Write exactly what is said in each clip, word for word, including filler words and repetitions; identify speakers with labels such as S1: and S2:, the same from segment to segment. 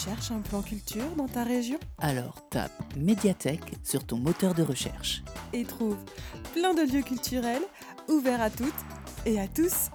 S1: cherches un plan culture dans ta région?
S2: Alors tape médiathèque sur ton moteur de recherche.
S1: Et trouve plein de lieux culturels ouverts à toutes et à tous.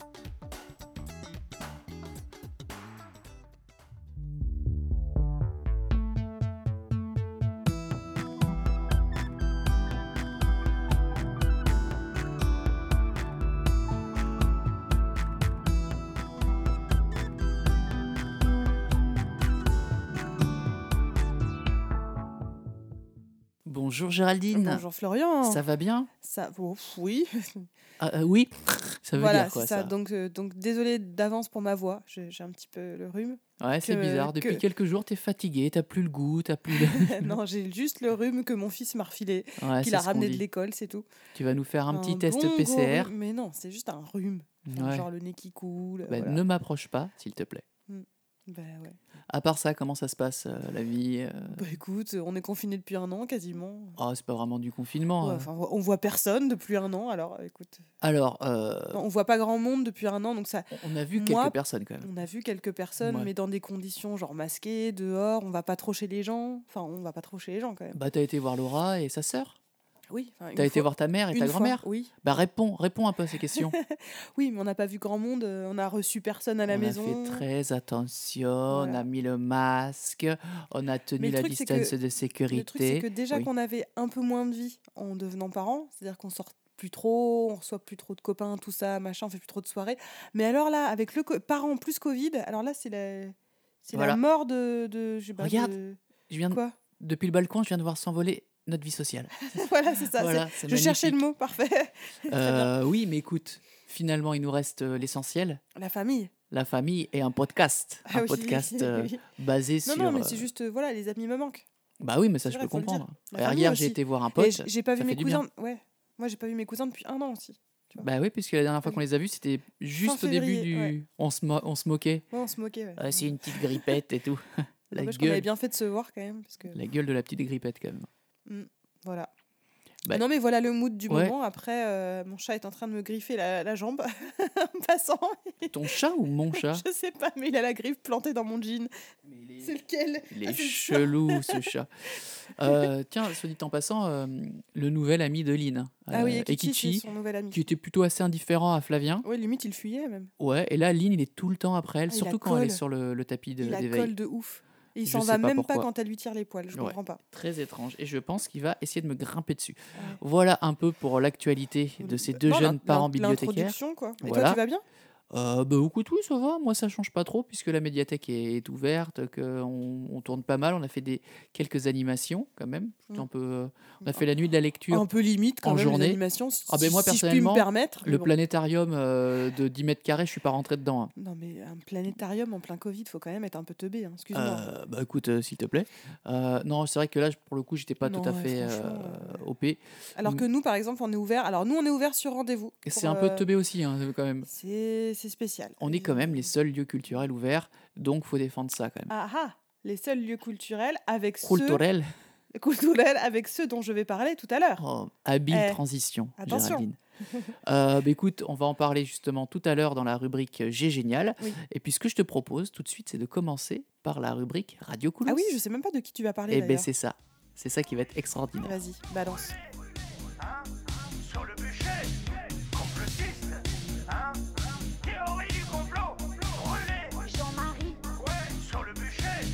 S2: Bonjour Géraldine.
S1: Bonjour Florian.
S2: Ça va bien?
S1: Ça, oh, oui.
S2: Ah, euh, oui, ça veut
S1: Voilà,
S2: dire quoi
S1: c'est ça.
S2: ça
S1: Donc, euh, donc désolé d'avance pour ma voix. J'ai, j'ai un petit peu le rhume.
S2: Ouais, c'est
S1: que-
S2: bizarre. Depuis
S1: que-
S2: quelques jours, t'es fatigué, t'as plus le goût, t'as plus le...
S1: non, j'ai juste le rhume que mon fils m'a refilé,
S2: Ouais,
S1: qu'il
S2: c'est
S1: a
S2: ce qu'on
S1: ramené de
S2: dit.
S1: l'école, c'est tout.
S2: Tu vas nous faire un, petit test
S1: bon
S2: P
S1: gros
S2: C R.
S1: rhume. Mais non, c'est juste un rhume. Enfin,
S2: Ouais.
S1: Genre le nez qui coule.
S2: Bah,
S1: voilà.
S2: Ne m'approche pas, s'il te plaît.
S1: Bah ouais.
S2: À part ça, comment ça se passe, euh, la vie euh
S1: Bah écoute, on est confiné depuis un an quasiment.
S2: Oh, c'est pas vraiment du confinement.
S1: Ouais,
S2: euh.
S1: enfin, on voit- on voit personne depuis un an, alors écoute.
S2: Alors, euh,
S1: Non, on voit pas grand monde depuis un an, donc ça.
S2: on a vu
S1: Moi,
S2: quelques personnes quand même.
S1: On a vu quelques personnes,
S2: Ouais.
S1: mais dans des conditions genre masquées, dehors, on va pas trop chez les gens. Enfin, on va pas trop chez les gens quand même.
S2: Bah, t'as été voir Laura et sa sœur.
S1: Oui. enfin, une
S2: T'as été
S1: fois-
S2: voir ta mère et
S1: une
S2: ta
S1: fois,
S2: grand-mère.
S1: Oui.
S2: Bah, réponds, réponds un peu à ces questions.
S1: Oui, mais on n'a pas vu grand monde. euh, On a reçu personne à la
S2: on
S1: maison.
S2: a fait très attention, on
S1: Voilà.
S2: a mis le masque, on a tenu
S1: Mais le
S2: la
S1: truc, c'est
S2: distance
S1: que-
S2: de sécurité.
S1: Le truc, c'est que déjà
S2: Oui.
S1: qu'on avait un peu moins de vie en devenant parents, c'est-à-dire qu'on sort plus trop, on reçoit plus trop de copains, tout ça, machin, on fait plus trop de soirées. Mais alors là, avec le co- parents plus Covid, alors là, c'est la, c'est
S2: Voilà.
S1: la mort de, de, je sais pas,
S2: Regarde.
S1: de-
S2: Je viens de-
S1: quoi
S2: Depuis le balcon, je viens de voir s'envoler notre vie sociale.
S1: Voilà, c'est ça.
S2: Voilà,
S1: c'est-
S2: c'est
S1: Je cherchais le
S2: magnifique.
S1: mot, parfait. Très bien.
S2: Euh, oui, mais écoute, finalement, il nous reste euh, l'essentiel,
S1: La famille.
S2: la famille et un podcast.
S1: Ah
S2: un
S1: oui,
S2: podcast euh,
S1: oui.
S2: basé
S1: Non,
S2: sur...
S1: non, mais
S2: euh,
S1: c'est juste, euh, voilà, les amis me manquent.
S2: Bah oui, mais ça,
S1: C'est
S2: je
S1: vrai,
S2: peux
S1: faut le dire.
S2: comprendre.
S1: La
S2: Alors,
S1: famille
S2: hier,
S1: aussi.
S2: j'ai été voir un
S1: Et
S2: pote.
S1: j- j'ai pas
S2: ça
S1: vu mes
S2: fait du bien.
S1: cousins. Ouais. Moi, j'ai pas vu mes cousins depuis un an aussi.
S2: Bah oui, puisque la dernière fois qu'on les a vus, c'était juste au début
S1: février,
S2: du...
S1: ouais.
S2: On, se mo- on se moquait.
S1: Ouais, on se moquait. Ouais.
S2: Ah, c'est une petite grippette et tout. la,
S1: N'empêche qu'on avait
S2: gueule,
S1: bien fait de se voir quand même. Parce que...
S2: la gueule de la petite grippette, quand même.
S1: Mm, voilà.
S2: Bah,
S1: non mais voilà le mood du
S2: ouais.
S1: moment. Après, euh, mon chat est en train de me griffer la, la jambe en passant.
S2: Ton chat ou mon chat?
S1: Je sais pas, mais il a la griffe plantée dans mon jean.
S2: Mais il est,
S1: C'est lequel?
S2: il
S1: Ah,
S2: est
S1: c'est le
S2: chelou, ce chat. Euh, tiens, soit dit en passant, euh, le nouvel ami de Lynn,
S1: Ah oui,
S2: euh,
S1: Ekichi,
S2: Ekichi,
S1: c'est son nouvel ami.
S2: qui était plutôt assez indifférent à Flavien.
S1: Ouais, limite il fuyait même.
S2: Ouais, et là, Lynn, il est tout le temps après elle,
S1: Ah, il
S2: surtout
S1: la
S2: quand elle est
S1: colle.
S2: sur le, le tapis de-
S1: il la
S2: d'éveil.
S1: colle de ouf. Et il
S2: Je
S1: s'en
S2: sais
S1: va
S2: pas
S1: même
S2: pourquoi.
S1: pas quand elle lui tire les poils. Je
S2: Ouais.
S1: comprends pas.
S2: Très étrange. Et je pense qu'il va essayer de me grimper dessus.
S1: Ouais.
S2: Voilà un peu pour l'actualité de ces deux
S1: Non,
S2: jeunes
S1: l'in-
S2: parents
S1: l'in-
S2: bibliothécaires.
S1: L'introduction quoi. Et
S2: Voilà.
S1: toi tu vas bien?
S2: Euh, bah, écoute, oui, ça va. Moi, ça change pas trop puisque la médiathèque est, est ouverte, qu'on on tourne pas mal. On a fait des, quelques animations quand même. C'était
S1: Mm.
S2: un peu, euh, on a fait la nuit de la lecture.
S1: Un peu limite quand
S2: en
S1: même
S2: journée.
S1: les animations. Si,
S2: Ah ben moi,
S1: si je puis
S2: personnellement,
S1: me permettre. mais
S2: Le
S1: bon.
S2: planétarium euh, de dix mètres carrés, je suis pas rentré dedans. hein.
S1: Non mais un planétarium en plein Covid, faut quand même être un peu teubé. Hein. Excuse-moi.
S2: Euh, bah écoute, euh, s'il te plaît. Euh, non, c'est vrai que là, je- pour le coup, j'étais pas
S1: Non,
S2: tout à
S1: ouais,
S2: fait
S1: franchement,
S2: euh,
S1: euh,
S2: O P.
S1: Alors
S2: Mm.
S1: que nous, par exemple, on est ouvert. Alors nous, on est ouvert sur rendez-vous.
S2: Et
S1: pour,
S2: c'est un peu
S1: euh,
S2: teubé aussi, hein, quand même.
S1: C'est c'est spécial.
S2: On est quand même les seuls lieux culturels ouverts, donc faut défendre ça quand même.
S1: Ah ah, les seuls lieux culturels avec
S2: Culturel.
S1: ceux culturels avec ceux dont je vais parler tout à l'heure.
S2: Oh, habile
S1: Eh,
S2: transition,
S1: attention.
S2: Géraldine. Euh, bah écoute, on va en parler justement tout à l'heure dans la rubrique J'ai génial.
S1: Oui.
S2: Et puis ce que je te propose tout de suite, c'est de commencer par la rubrique Radio Coulous.
S1: Ah oui, je sais même pas de qui tu vas parler
S2: Et ben
S1: d'ailleurs.
S2: c'est ça. C'est ça qui va être extraordinaire.
S1: Vas-y, balance.
S3: Hein, sur le bûcher, complotiste, hein, théorie du complot, brûlé,
S4: Jean-Marie,
S3: ouais, sur le bûcher,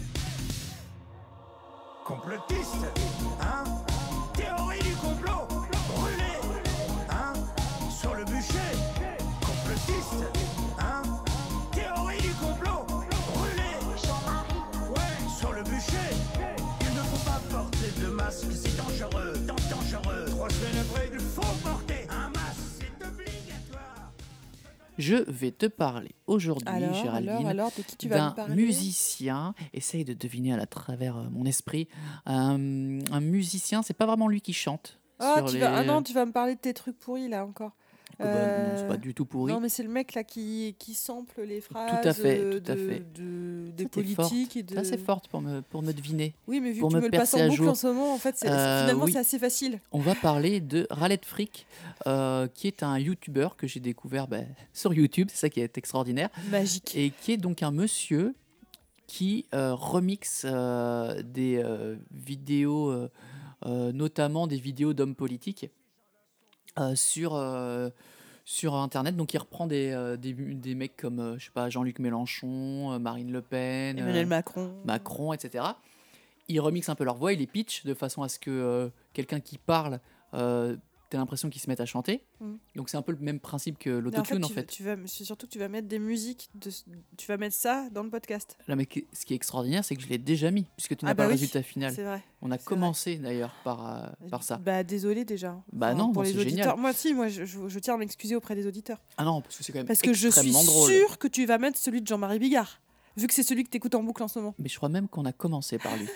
S3: complotiste, hein, théorie du complot, brûlé, hein, sur le bûcher, complotiste, hein, théorie du complot, brûlé,
S4: Jean-Marie,
S3: ouais, sur le bûcher, il ne faut pas porter de masque, c'est dangereux, dan- dangereux, trois semaines après, il faut porter un masque, c'est obligatoire.
S2: Je vais te parler aujourd'hui,
S1: Alors,
S2: Géraldine,
S1: alors, alors, de qui tu vas
S2: d'un
S1: me parler?
S2: musicien. Essaye de deviner à, la travers euh, mon esprit. Un, un musicien, c'est pas vraiment lui qui chante.
S1: Ah,
S2: sur
S1: tu
S2: les...
S1: vas... ah non, tu vas me parler de tes trucs pourris là encore.
S2: Bah, non, c'est
S1: Euh,
S2: pas du tout pourri.
S1: Non, mais c'est le mec là qui, qui sample les phrases
S2: à fait,
S1: euh,
S2: tout à
S1: de,
S2: fait.
S1: de- des
S2: Ça, t'es forte.
S1: politiques et de.
S2: Ça, c'est forte pour me, pour me deviner.
S1: Oui, mais vu
S2: pour
S1: que tu
S2: me
S1: me le passes
S2: percer
S1: en
S2: à
S1: boucle
S2: jour.
S1: en ce moment, en fait, c'est,
S2: Euh,
S1: finalement,
S2: oui.
S1: c'est assez facile.
S2: On va parler de Raled Frick, euh, qui est un YouTuber que j'ai découvert bah, sur YouTube. C'est ça qui est extraordinaire.
S1: Magique.
S2: Et qui est donc un monsieur qui euh, remixe euh, des euh, vidéos, euh, euh, notamment des vidéos d'hommes politiques euh, sur, euh, sur Internet. Donc il reprend des, euh, des, des mecs comme euh, je sais pas, Jean-Luc Mélenchon, euh, Marine Le Pen,
S1: Emmanuel
S2: euh,
S1: Macron.
S2: Macron, et cetera. Il remixe un peu leur voix, il les pitch de façon à ce que euh, quelqu'un qui parle, euh, t'as l'impression qu'ils se mettent à chanter.
S1: Mm.
S2: Donc c'est un peu le même principe que
S1: Mais en fait,
S2: l'autotune en
S1: tu,
S2: fait.
S1: tu vas, c'est surtout que tu vas mettre des musiques, de, tu vas mettre ça dans le podcast.
S2: Là, mais que- ce qui est extraordinaire, c'est que je l'ai déjà mis, puisque tu n'as
S1: Ah
S2: pas
S1: bah
S2: le
S1: oui,
S2: résultat final.
S1: c'est vrai.
S2: On a
S1: c'est
S2: commencé d'ailleurs par, euh, par ça.
S1: Bah désolé déjà.
S2: Bah non,
S1: pour
S2: non,
S1: les
S2: c'est
S1: auditeurs.
S2: génial.
S1: Moi si, moi je, je, je tiens à m'excuser auprès des auditeurs.
S2: Ah non, parce que c'est quand même
S1: Parce que je suis
S2: extrêmement drôle.
S1: sûre que tu vas mettre celui de Jean-Marie Bigard, vu que c'est celui que t'écoutes en boucle en ce moment.
S2: Mais je crois même qu'on a commencé par lui.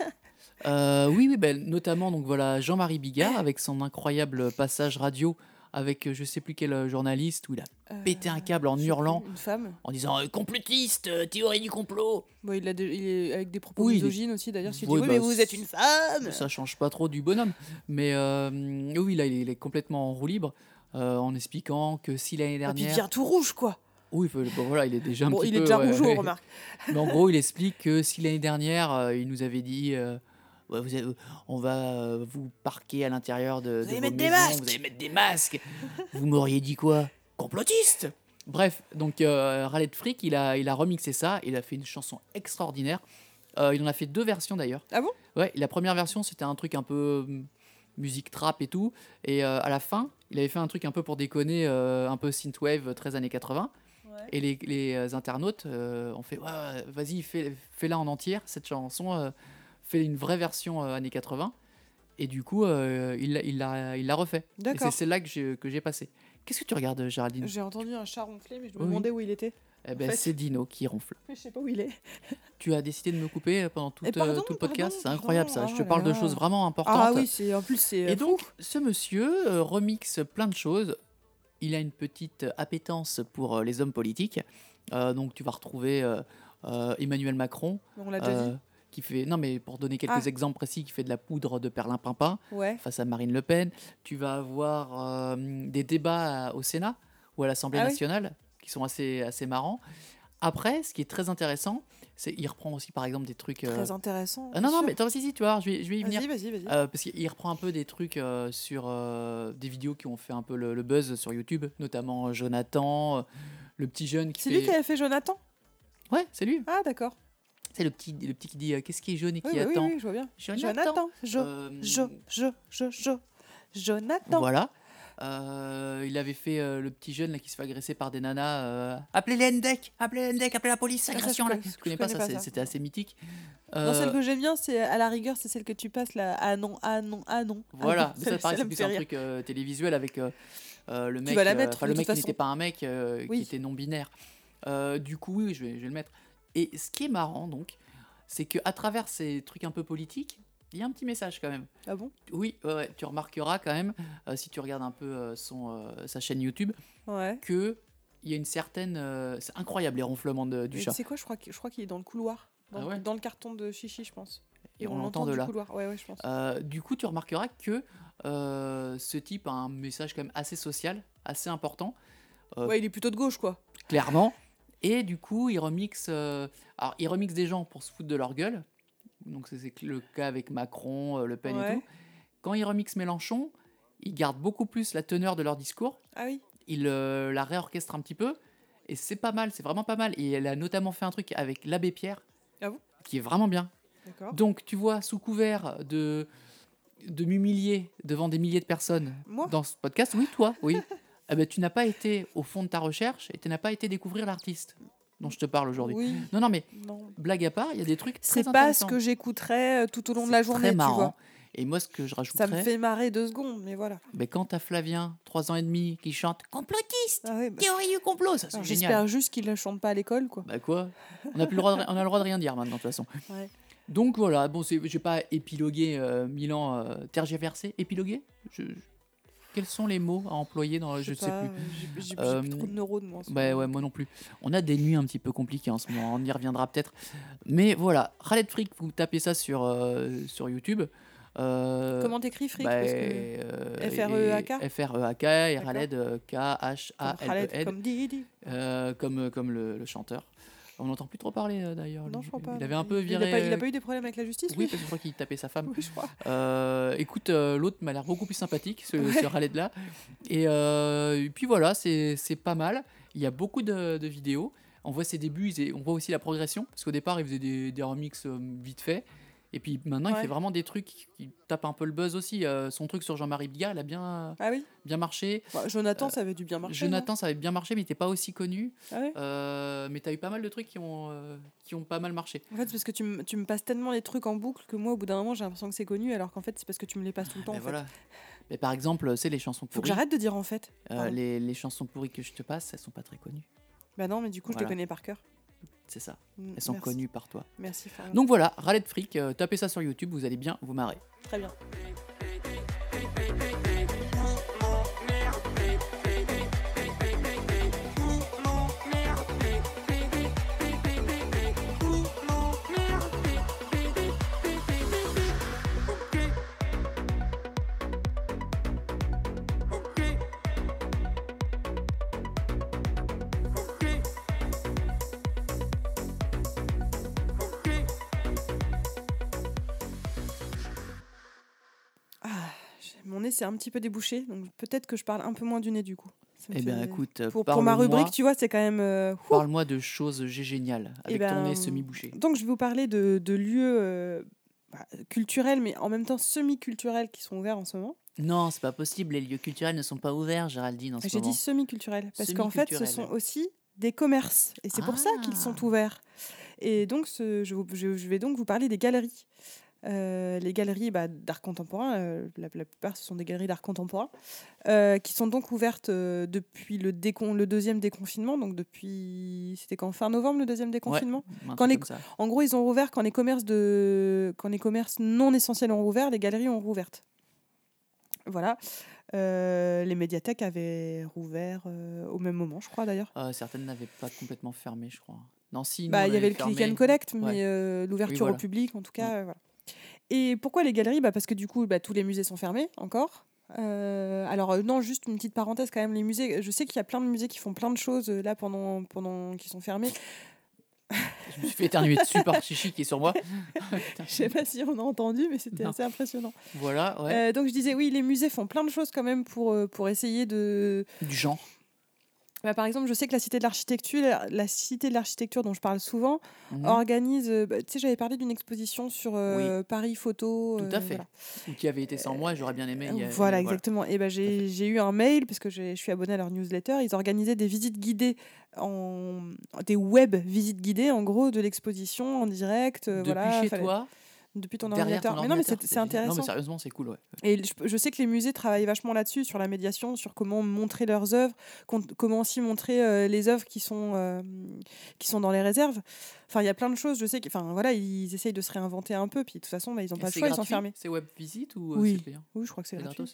S2: Euh, oui, oui, ben, notamment donc voilà Jean-Marie Bigard avec son incroyable passage radio avec euh, je sais plus quel euh, journaliste où il a
S1: Euh,
S2: pété un câble en
S1: je sais
S2: hurlant,
S1: plus, une femme.
S2: en disant euh, complotiste, euh, théorie du complot.
S1: Bon, il, a de- il est avec des propos
S2: Oui, il est-
S1: misogynes aussi d'ailleurs. Si tu
S2: Oui,
S1: dis oui,
S2: bah,
S1: mais vous êtes une femme.
S2: Ça change pas trop du bonhomme, mais euh, oui, là il est complètement en roue libre euh, en expliquant que si l'année
S1: Et puis il
S2: dernière,
S1: devient tout rouge quoi.
S2: oui, bon, voilà, il est déjà un
S1: Bon,
S2: petit
S1: il
S2: peu.
S1: est déjà
S2: ouais,
S1: rougeau,
S2: ouais.
S1: remarque.
S2: Mais en gros, il explique que si l'année dernière, euh, il nous avait dit euh, ouais, vous avez- on va euh, vous parquer à l'intérieur de,
S1: Vous
S2: de
S1: allez
S2: vos
S1: mettre des
S2: maisons,
S1: masques.
S2: vous allez mettre des masques, vous m'auriez dit quoi? Complotiste. Bref, donc euh, Raleigh de Fric, il a, il a remixé ça, il a fait une chanson extraordinaire. Euh, il en a fait deux versions d'ailleurs.
S1: Ah bon?
S2: Ouais, la première version, c'était un truc un peu hum, musique trap et tout. Et euh, à la fin, il avait fait un truc un peu pour déconner, euh, un peu synthwave, treize années quatre-vingts. Et les, les euh, internautes euh, ont fait ouais, ouais, vas-y, fais, fais-la en entière, cette chanson, euh, fais une vraie version euh, années quatre-vingts. Et du coup, euh, il l'a il l'a- il l'a refait. Et
S1: D'accord.
S2: c'est celle-là que j'ai, que j'ai passé. Qu'est-ce que tu regardes, Géraldine?
S1: J'ai entendu un chat ronfler, mais je me
S2: Oui.
S1: demandais où il était.
S2: Eh ben,
S1: fait.
S2: c'est Dino qui ronfle.
S1: Mais je sais pas où il est.
S2: Tu as décidé de me couper pendant tout,
S1: Eh,
S2: euh,
S1: pardon,
S2: tout le podcast.
S1: pardon,
S2: C'est incroyable
S1: pardon.
S2: ça. Je
S1: Oh
S2: te
S1: là
S2: parle de
S1: là.
S2: choses vraiment importantes.
S1: Ah oui, c'est en plus c'est.
S2: Et
S1: euh,
S2: donc, ce monsieur euh, remixe plein de choses. Il a une petite appétence pour euh, les hommes politiques. Euh, donc, tu vas retrouver euh, euh, Emmanuel Macron,
S1: on l'a déjà
S2: euh,
S1: dit.
S2: qui fait. Non, mais pour donner quelques
S1: Ah.
S2: exemples précis, qui fait de la poudre de perlimpinpin
S1: Ouais.
S2: face à Marine Le Pen. Tu vas avoir euh, des débats à- au Sénat ou à l'Assemblée
S1: Ah oui.
S2: nationale qui sont assez, assez marrants. Après, ce qui est très intéressant, c'est qu'il reprend aussi par exemple des trucs. euh,
S1: Très intéressant.
S2: ah non,
S1: bien
S2: non,
S1: sûr.
S2: mais attends, si, si, tu vois, je vais, je vais y venir.
S1: Vas-y, vas-y, vas-y.
S2: Euh, parce qu'il reprend un peu des trucs euh, sur euh, des vidéos qui ont fait un peu le, le buzz sur YouTube, notamment euh, Jonathan, euh, le petit jeune qui
S1: C'est
S2: fait.
S1: lui qui avait fait Jonathan?
S2: Ouais, c'est lui.
S1: Ah d'accord.
S2: C'est le petit, le petit qui dit euh, qu'est-ce qui est jaune et qui
S1: Oui, bah oui,
S2: attend.
S1: oui, je vois bien.
S2: Jonathan.
S1: Jo,
S2: Euh,
S1: jo, jo, jo, jo. Jonathan.
S2: Voilà. Euh, il avait fait euh, le petit jeune là, qui se fait agresser par des nanas. euh, Appelez les N D E C, appelez les N D E C, appelez la police,
S1: Ah, ça, je
S2: agression. là.
S1: connais-
S2: Je connais
S1: je
S2: pas
S1: connais
S2: ça,
S1: pas
S2: c'est-
S1: ça.
S2: c'était assez mythique.
S1: Non,
S2: Euh,
S1: celle que j'aime bien, c'est à la rigueur, c'est celle que tu passes là. Ah non, ah non, ah non. ah
S2: Voilà,
S1: non.
S2: mais ça, pareil,
S1: celle-là
S2: c'est
S1: me
S2: plus
S1: fait
S2: un
S1: rire.
S2: truc euh, télévisuel avec euh, euh, le mec.
S1: vas la
S2: euh,
S1: mettre,
S2: enfin,
S1: de
S2: le mec
S1: toute
S2: qui n'était
S1: façon.
S2: pas un mec, euh,
S1: Oui.
S2: qui était non binaire. Euh, du coup, oui, je vais, je vais le mettre. Et ce qui est marrant, donc, c'est que à travers ces trucs un peu politiques, il y a un petit message quand même.
S1: Ah bon?
S2: Oui, ouais, ouais, tu remarqueras quand même, euh, si tu regardes un peu euh, son, euh, sa chaîne YouTube,
S1: Ouais.
S2: que il y a une certaine. euh, c'est incroyable les ronflements de- du
S1: Mais
S2: chat.
S1: tu sais quoi, je crois que- je crois qu'il est dans le couloir. Dans,
S2: Ah ouais
S1: dans le carton de Chichi, je pense.
S2: Et on l'entend de
S1: du
S2: là.
S1: couloir. Ouais, ouais, je pense.
S2: Euh, du coup, tu remarqueras que euh, ce type a un message quand même assez social, assez important. euh,
S1: Ouais, il est plutôt de gauche, quoi.
S2: Clairement. Et du coup, il remixe, euh, alors, il remixe des gens pour se foutre de leur gueule. Donc, c'est c'est le cas avec Macron, euh, Le Pen
S1: Ouais.
S2: et tout. Quand il remixe Mélenchon, il garde beaucoup plus la teneur de leur discours.
S1: Ah oui.
S2: Il euh, la réorchestre un petit peu. Et c'est pas mal, c'est vraiment pas mal. Et elle a notamment fait un truc avec l'abbé Pierre,
S1: Ah bon?
S2: qui est vraiment bien.
S1: D'accord.
S2: Donc, tu vois, sous couvert de, de m'humilier devant des milliers de personnes
S1: Moi?
S2: dans ce podcast, oui, toi, oui. Eh ben, tu n'as pas été au fond de ta recherche et tu n'as pas été découvrir l'artiste dont je te parle aujourd'hui.
S1: Oui.
S2: Non, non, mais
S1: Non.
S2: blague à part, il y a des trucs très
S1: C'est pas
S2: intéressants.
S1: ce que j'écouterais euh, tout au long de
S2: C'est
S1: la journée,
S2: très
S1: tu
S2: marrant.
S1: vois.
S2: Et moi, ce que je
S1: Ça
S2: rajouterais,
S1: me fait marrer deux secondes, mais voilà.
S2: ben, quand t'as Flavien, trois ans et demi, qui chante complotiste,
S1: Ah ouais, bah,
S2: théorie du complot, ça c'est
S1: alors,
S2: génial.
S1: j'espère juste qu'il ne chante pas à l'école, quoi.
S2: Bah quoi on a, plus le droit de, on a le droit de rien dire maintenant, de toute façon.
S1: Ouais.
S2: Donc voilà, bon, c'est- j'ai pas épilogué euh, mille ans, euh, tergiversé, épilogué je, je- Quels sont les mots à employer dans je,
S1: sais
S2: sais
S1: pas,
S2: plus.
S1: J'ai j'ai- j'ai
S2: Euh,
S1: plus trop de neurones, moi. en ce
S2: Bah
S1: moment.
S2: ouais, moi non plus. On a des nuits un petit peu compliquées en ce moment, on y reviendra peut-être. Mais voilà, Raleigh de Fric, vous tapez ça sur, euh, sur YouTube. Euh,
S1: Comment t'écris fric?
S2: bah,
S1: Parce que...
S2: euh,
S1: F R E A K?
S2: et- F R E A K et
S1: D'accord.
S2: Raleigh, euh, K H A
S1: Comme
S2: L E
S1: Khaled,
S2: N,
S1: comme Didi.
S2: euh, comme, comme le, le chanteur. On n'entend plus trop parler euh, d'ailleurs.
S1: Non,
S2: lui.
S1: je crois pas.
S2: Il avait
S1: non.
S2: un peu
S1: Il
S2: viré.
S1: a pas, il a pas eu des problèmes avec la justice,
S2: Oui,
S1: lui
S2: parce que je crois qu'il tapait sa femme.
S1: Oui, je crois.
S2: Euh, écoute, euh, l'autre m'a l'air beaucoup plus sympathique, ce,
S1: Ouais.
S2: ce Khaled-là. Et, euh, et puis voilà, c'est c'est pas mal. Il y a beaucoup de, de vidéos. On voit ses débuts, il faisait- on voit aussi la progression. Parce qu'au départ, il faisait des, des remixes euh, vite fait. Et puis maintenant, il
S1: Ouais.
S2: fait vraiment des trucs qui, qui tapent un peu le buzz aussi. Euh, son truc sur Jean-Marie Bigard, il a bien,
S1: Ah oui
S2: bien marché.
S1: Bah, Jonathan, ça avait dû bien marcher.
S2: Jonathan, ça avait bien marché, mais il n'était pas aussi connu.
S1: non Ah ouais
S2: Euh, mais tu as eu pas mal de trucs qui ont, euh, qui ont pas mal marché.
S1: En fait, c'est parce que tu, me- tu me passes tellement les trucs en boucle que moi, au bout d'un moment, j'ai l'impression que c'est connu, alors qu'en fait, c'est parce que tu me les passes tout le temps.
S2: Mais
S1: en
S2: voilà. Mais par exemple, c'est les chansons
S1: fait. Faut que
S2: pourries.
S1: j'arrête de dire en fait.
S2: Euh,
S1: Pardon.
S2: les, les chansons pourries que je te passe, elles sont pas très connues.
S1: Bah non, mais du coup, je
S2: Voilà.
S1: les connais par cœur.
S2: C'est ça.
S1: Mm,
S2: Elles sont
S1: merci.
S2: connues par toi.
S1: Merci. Florian.
S2: Donc voilà, Râler de fric, euh, tapez ça sur YouTube, vous allez bien vous marrer.
S1: Très bien. Ah, j'ai- mon nez s'est un petit peu débouché, donc peut-être que je parle un peu moins du nez du coup. Ça me
S2: Eh bien
S1: fait-
S2: écoute,
S1: pour, pour ma
S2: parle-moi-
S1: rubrique, tu vois, c'est quand même. euh, ouh.
S2: Parle-moi de choses gé- géniales,
S1: Eh
S2: avec ton
S1: ben,
S2: nez semi-bouché.
S1: Donc, je vais vous parler de, de lieux euh, bah, culturels, mais en même temps semi-culturels qui sont ouverts en ce moment.
S2: Non, c'est pas possible, les lieux culturels ne sont pas ouverts, Géraldine, en ce
S1: J'ai
S2: moment.
S1: dit semi-culturels, parce qu'en fait, ce
S2: Semi-culturels.
S1: sont aussi des commerces, et c'est pour ça qu'ils
S2: Ah.
S1: sont ouverts. Et donc, ce- je, vous- je- je vais donc vous parler des galeries. Euh, les galeries bah, d'art contemporain, euh, la, la plupart ce sont des galeries d'art contemporain, euh, qui sont donc ouvertes euh, depuis le, décon le deuxième déconfinement, donc depuis, c'était quand, fin novembre le deuxième déconfinement.
S2: Un
S1: Quand
S2: truc
S1: les-
S2: comme ça.
S1: En gros, ils ont rouvert quand les commerces, de... quand les commerces non essentiels ont rouvert, les galeries ont rouvertes. Voilà. Euh, les médiathèques avaient rouvert euh, au même moment, je crois d'ailleurs.
S2: Euh, certaines n'avaient pas complètement fermé, je crois. Non, si, nous,
S1: Bah,
S2: on
S1: il y avait le
S2: fermé.
S1: click and collect, mais
S2: Ouais.
S1: euh, l'ouverture
S2: Oui, voilà.
S1: au public, en tout cas.
S2: Ouais.
S1: euh, voilà. Et pourquoi les galeries bah, Parce que du coup, bah, tous les musées sont fermés encore. Euh, alors euh, non, juste une petite parenthèse quand même, les musées, je sais qu'il y a plein de musées qui font plein de choses euh, là pendant, pendant qu'ils sont fermés.
S2: Je me suis fait éternuer dessus par Chichi qui est sur moi.
S1: Je sais pas si on a entendu, mais c'était
S2: Non.
S1: assez impressionnant.
S2: Voilà, ouais.
S1: Euh, donc je disais, oui, les musées font plein de choses quand même pour, euh, pour essayer de...
S2: Du genre.
S1: Bah, par exemple, je sais que la Cité de l'Architecture, la, la Cité de l'Architecture dont je parle souvent,
S2: Mhm.
S1: organise... euh, bah, tu sais, j'avais parlé d'une exposition sur euh, Paris Photo.
S2: Tout
S1: euh,
S2: à fait.
S1: voilà.
S2: Ou qui avait été sans moi, j'aurais bien aimé. il y a-
S1: Voilà,
S2: mais
S1: exactement. Et ben j'ai j'ai eu un mail, parce que j'ai- je suis abonnée à leur newsletter, ils organisaient des visites guidées, en, des web visites guidées, en gros, de l'exposition en direct. euh,
S2: Depuis
S1: voilà,
S2: chez
S1: fallait-
S2: toi,
S1: Depuis ton
S2: derrière
S1: ordinateur.
S2: ton
S1: Mais non, mais
S2: ordinateur,
S1: c'est c'est
S2: génial.
S1: intéressant.
S2: Non, mais sérieusement, c'est cool, ouais.
S1: Et je, je sais que les musées travaillent vachement là-dessus, sur la médiation, sur comment montrer leurs œuvres, con- comment aussi montrer euh, les œuvres qui sont, euh, qui sont dans les réserves. Enfin, il y a plein de choses, je sais qu'ils voilà, ils essayent de se réinventer un peu, puis de toute façon, bah, ils n'ont
S2: Et
S1: pas le
S2: c'est
S1: choix, ils sont
S2: gratuit
S1: fermés.
S2: C'est web visite ou euh,
S1: Oui.
S2: c'est payant
S1: Oui, je crois que c'est
S2: C'est
S1: gratuit.
S2: gratos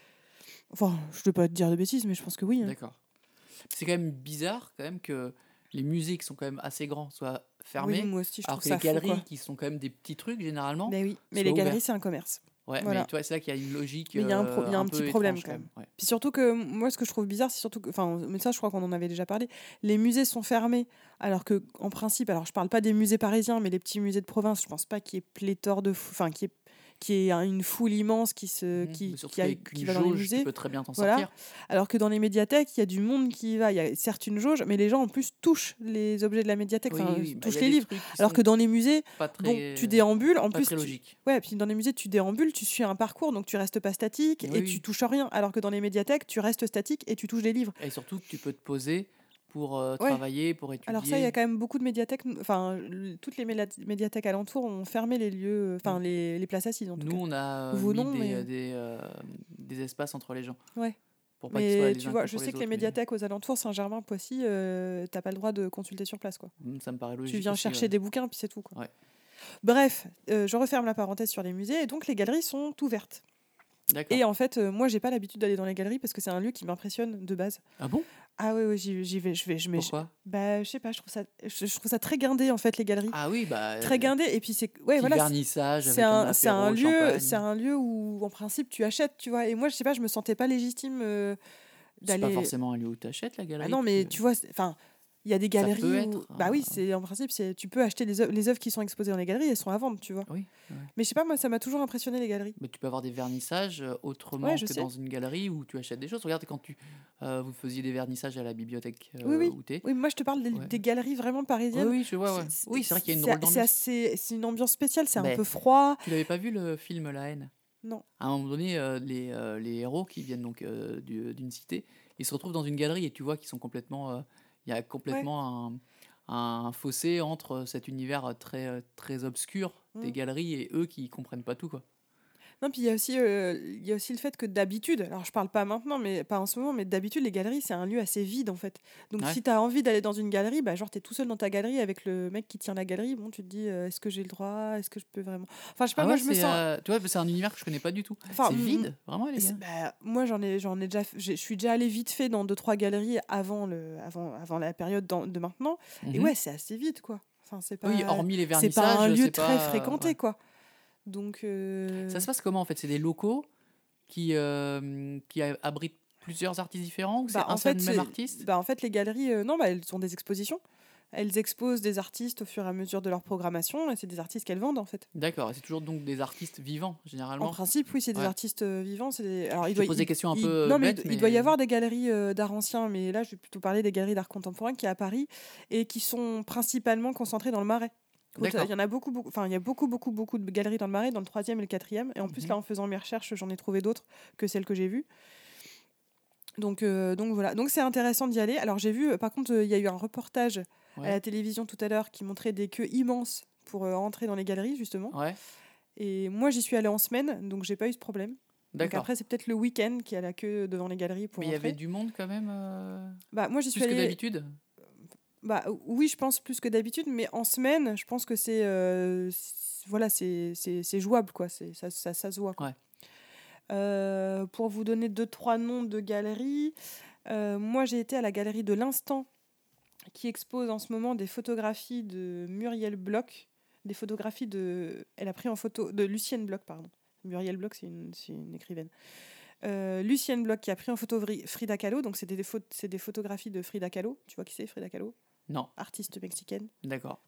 S1: Enfin, je ne veux pas te dire de bêtises, mais je pense que oui. hein.
S2: D'accord. C'est quand même bizarre quand même que les musées qui sont quand même assez grands soient fermés,
S1: Oui, moi aussi, je
S2: alors
S1: trouve
S2: que
S1: ça
S2: les
S1: fou,
S2: galeries
S1: quoi.
S2: qui sont quand même des petits trucs généralement.
S1: Mais oui, mais
S2: soient
S1: les
S2: ouverts.
S1: galeries, c'est un commerce.
S2: Ouais,
S1: voilà.
S2: mais tu vois, c'est là qu'il y a une logique.
S1: Mais il y a un pro- il y a
S2: euh,
S1: un
S2: peu
S1: petit problème,
S2: étrange,
S1: quand même.
S2: Ouais.
S1: Puis surtout que moi, ce que je trouve bizarre, c'est surtout que, enfin, mais ça, je crois qu'on en avait déjà parlé. Les musées sont fermés, alors que, en principe, alors je parle pas des musées parisiens, mais les petits musées de province, je pense pas qu'il y ait pléthore de, fou- enfin, qu'il y ait, qu'il y ait une foule immense qui se,
S2: Mhm.
S1: qui,
S2: Mais surtout
S1: qui, a-
S2: qu'avec
S1: qui
S2: une
S1: va dans les
S2: jauge,
S1: musées.
S2: tu peux très bien t'en
S1: Voilà.
S2: sortir.
S1: Alors que dans les médiathèques, il y a du monde qui y va. Il y a certes une jauge, mais les gens en plus touchent les objets de la médiathèque,
S2: Oui,
S1: enfin,
S2: oui, bah,
S1: touchent
S2: il y a
S1: les
S2: des
S1: livres.
S2: trucs qui
S1: Alors
S2: sont
S1: que dans les musées,
S2: pas
S1: bon,
S2: très,
S1: tu déambules. En
S2: pas
S1: plus,
S2: très
S1: tu-
S2: logique.
S1: Ouais, puis dans les musées, tu déambules, tu suis un parcours, donc tu restes pas statique
S2: Oui,
S1: et
S2: oui.
S1: tu touches rien. Alors que dans les médiathèques, tu restes statique et tu touches des livres.
S2: Et surtout que tu peux te poser pour euh,
S1: Ouais.
S2: travailler, pour étudier.
S1: Alors ça, il y a quand même beaucoup de médiathèques. Enfin, le- toutes les méla- médiathèques alentours ont fermé les lieux, enfin
S2: Mm.
S1: les, les places assises en tout
S2: Nous,
S1: cas.
S2: on a euh,
S1: Vos
S2: mis
S1: noms,
S2: des,
S1: mais-
S2: euh, des, euh, des espaces entre les gens.
S1: Ouais.
S2: Pour pas qu'ils soient
S1: Mais
S2: les
S1: tu
S2: uns
S1: vois,
S2: contre
S1: je sais
S2: les
S1: que les
S2: autres, mais-
S1: médiathèques aux alentours, Saint-Germain, Poissy, euh, t'as pas le droit de consulter sur place, quoi.
S2: Mm, Ça me paraît logique.
S1: Tu viens
S2: aussi,
S1: chercher
S2: ouais.
S1: des bouquins, puis c'est tout, quoi.
S2: Ouais.
S1: Bref, euh, je referme la parenthèse sur les musées, et donc les galeries sont ouvertes.
S2: D'accord.
S1: Et en fait, euh, moi, j'ai pas l'habitude d'aller dans les galeries parce que c'est un lieu qui m'impressionne de base.
S2: Ah bon?
S1: Ah oui, oui, j'y j'y vais, je vais, je mets.
S2: Pourquoi?
S1: Bah, je sais pas, je trouve ça, je, je trouve ça très guindé en fait les galeries,
S2: Ah oui, bah.
S1: très guindé. Et puis c'est, ouais,
S2: Petit
S1: voilà, c'est-
S2: vernissage
S1: c'est
S2: avec un,
S1: un, c'est un
S2: apéro,
S1: lieu,
S2: champagne.
S1: c'est un lieu où en principe tu achètes, tu vois. Et moi, je sais pas, je me sentais pas légitime euh,
S2: C'est
S1: d'aller.
S2: pas forcément un lieu où t'achètes la
S1: Ah
S2: galerie.
S1: non, mais
S2: parce que-
S1: tu vois, c'est- enfin, Il y a des
S2: Ça
S1: galeries
S2: peut
S1: où...
S2: être.
S1: Bah oui,
S2: euh,
S1: c'est, en principe, c'est, tu peux acheter les œuvres, les œuvres qui sont exposées dans les galeries, elles sont à vendre, tu vois.
S2: Oui. ouais.
S1: Mais je sais pas, moi, ça m'a toujours impressionné, les galeries.
S2: Mais tu peux avoir des vernissages euh,
S1: Ouais,
S2: autrement
S1: je
S2: que
S1: sais.
S2: dans une galerie où tu achètes des choses. Regarde, quand tu, euh, vous faisiez des vernissages à la bibliothèque
S1: Oui,
S2: euh,
S1: oui.
S2: où t'es.
S1: Oui, moi, je te parle des,
S2: Ouais.
S1: des galeries vraiment
S2: Oui,
S1: parisiennes.
S2: oui, je vois, ouais.
S1: C'est,
S2: Oui, c'est vrai qu'il y a une
S1: c'est,
S2: drôle
S1: c'est
S2: d'ambiance.
S1: assez... C'est une ambiance spéciale, c'est un
S2: Ben,
S1: peu froid.
S2: tu l'avais pas vu le film La Haine?
S1: Non.
S2: À un moment donné, euh, les, euh, les héros qui viennent donc euh, du- d'une cité, ils se retrouvent dans une galerie et tu vois qu'ils sont complètement. euh, Il y a
S1: Ouais.
S2: complètement un, un fossé entre cet univers très, euh, très obscur des
S1: Mm.
S2: galeries et eux qui comprennent pas tout, quoi.
S1: Non, puis il y a aussi, euh, il y a aussi le fait que d'habitude, alors je parle pas maintenant, mais pas en ce moment, mais d'habitude, les galeries, c'est un lieu assez vide en fait. Donc
S2: Ouais.
S1: si tu as envie d'aller dans une galerie, bah, genre tu es tout seul dans ta galerie avec le mec qui tient la galerie, bon, tu te dis, euh, est-ce que j'ai le droit? Est-ce que je peux vraiment. Enfin, je sais pas,
S2: Ah
S1: moi
S2: ouais,
S1: je me
S2: c'est
S1: sens.
S2: euh, tu vois, c'est un univers que je connais pas du tout.
S1: Enfin,
S2: C'est
S1: m-
S2: vide, vraiment, les
S1: c'est-
S2: gars.
S1: bah, moi j'en ai, j'en ai déjà. f- j'ai- Je suis déjà allée vite fait dans deux, trois galeries avant, le, avant, avant la période dans- de maintenant. Et
S2: Mhm.
S1: ouais, c'est assez vide quoi. Enfin, c'est
S2: Oui,
S1: pas,
S2: hormis les
S1: c'est pas un
S2: vernissages,
S1: lieu
S2: c'est
S1: très
S2: pas.
S1: fréquenté
S2: Ouais.
S1: quoi. Donc. euh,
S2: Ça se passe comment en fait? C'est des locaux qui, euh, qui a- abritent plusieurs artistes différents ou c'est
S1: Bah,
S2: un
S1: en
S2: seul
S1: fait,
S2: même
S1: c'est-
S2: artiste?
S1: bah, en fait, les galeries, euh, non, bah, elles sont des expositions. Elles exposent des artistes au fur et à mesure de leur programmation, et c'est des artistes qu'elles vendent, en fait.
S2: D'accord, et c'est toujours donc des artistes vivants,
S1: En
S2: généralement.
S1: principe, oui, c'est des
S2: Ouais.
S1: artistes euh, vivants. C'est des- Alors, il
S2: Je te
S1: doit,
S2: pose
S1: il-
S2: des questions un
S1: il-
S2: peu
S1: non, mais il,
S2: bêtes,
S1: do- il doit y
S2: mais
S1: avoir des galeries euh, d'art ancien, mais là, je vais plutôt parler des galeries d'art contemporain qui est à Paris et qui sont principalement concentrées dans le Marais. Écoute,
S2: d'accord.
S1: il y en a beaucoup, beaucoup, enfin, il y a beaucoup, beaucoup, beaucoup de galeries dans le Marais, dans le troisième et le quatrième. Et en plus,
S2: Mhm.
S1: là, en faisant mes recherches, j'en ai trouvé d'autres que celles que j'ai vues. Donc, euh, donc voilà. Donc c'est intéressant d'y aller. Alors j'ai vu, euh, par contre, euh, il y a eu un reportage à la
S2: Ouais.
S1: télévision tout à l'heure qui montrait des queues immenses pour euh, entrer dans les galeries justement.
S2: Ouais.
S1: Et moi j'y suis allée en semaine, donc j'ai pas eu ce problème. Donc
S2: D'accord.
S1: après c'est peut-être le week-end qu'il y a la queue devant les galeries pour
S2: Mais il y avait
S1: entrer.
S2: du monde quand même, euh,
S1: Bah moi j'y suis
S2: plus que
S1: allée.
S2: d'habitude.
S1: Bah oui, je pense plus que d'habitude, mais en semaine, je pense que c'est euh, c'est- voilà, c'est c'est c'est jouable quoi. C'est ça, ça ça se voit. Quoi.
S2: Ouais.
S1: Euh, pour vous donner deux trois noms de galeries, euh, moi j'ai été à la galerie de l'Instant qui expose en ce moment des photographies de Muriel Bloch, des photographies de, elle a pris en photo de Lucienne Bloch, pardon. Muriel Bloch, c'est une, c'est une écrivaine. Euh, Lucienne Bloch qui a pris en photo Vri- Frida Kahlo, donc c'est des, pho- c'est des photographies de Frida Kahlo. Tu vois qui c'est Frida Kahlo,
S2: Non,
S1: artiste mexicaine.
S2: d'accord.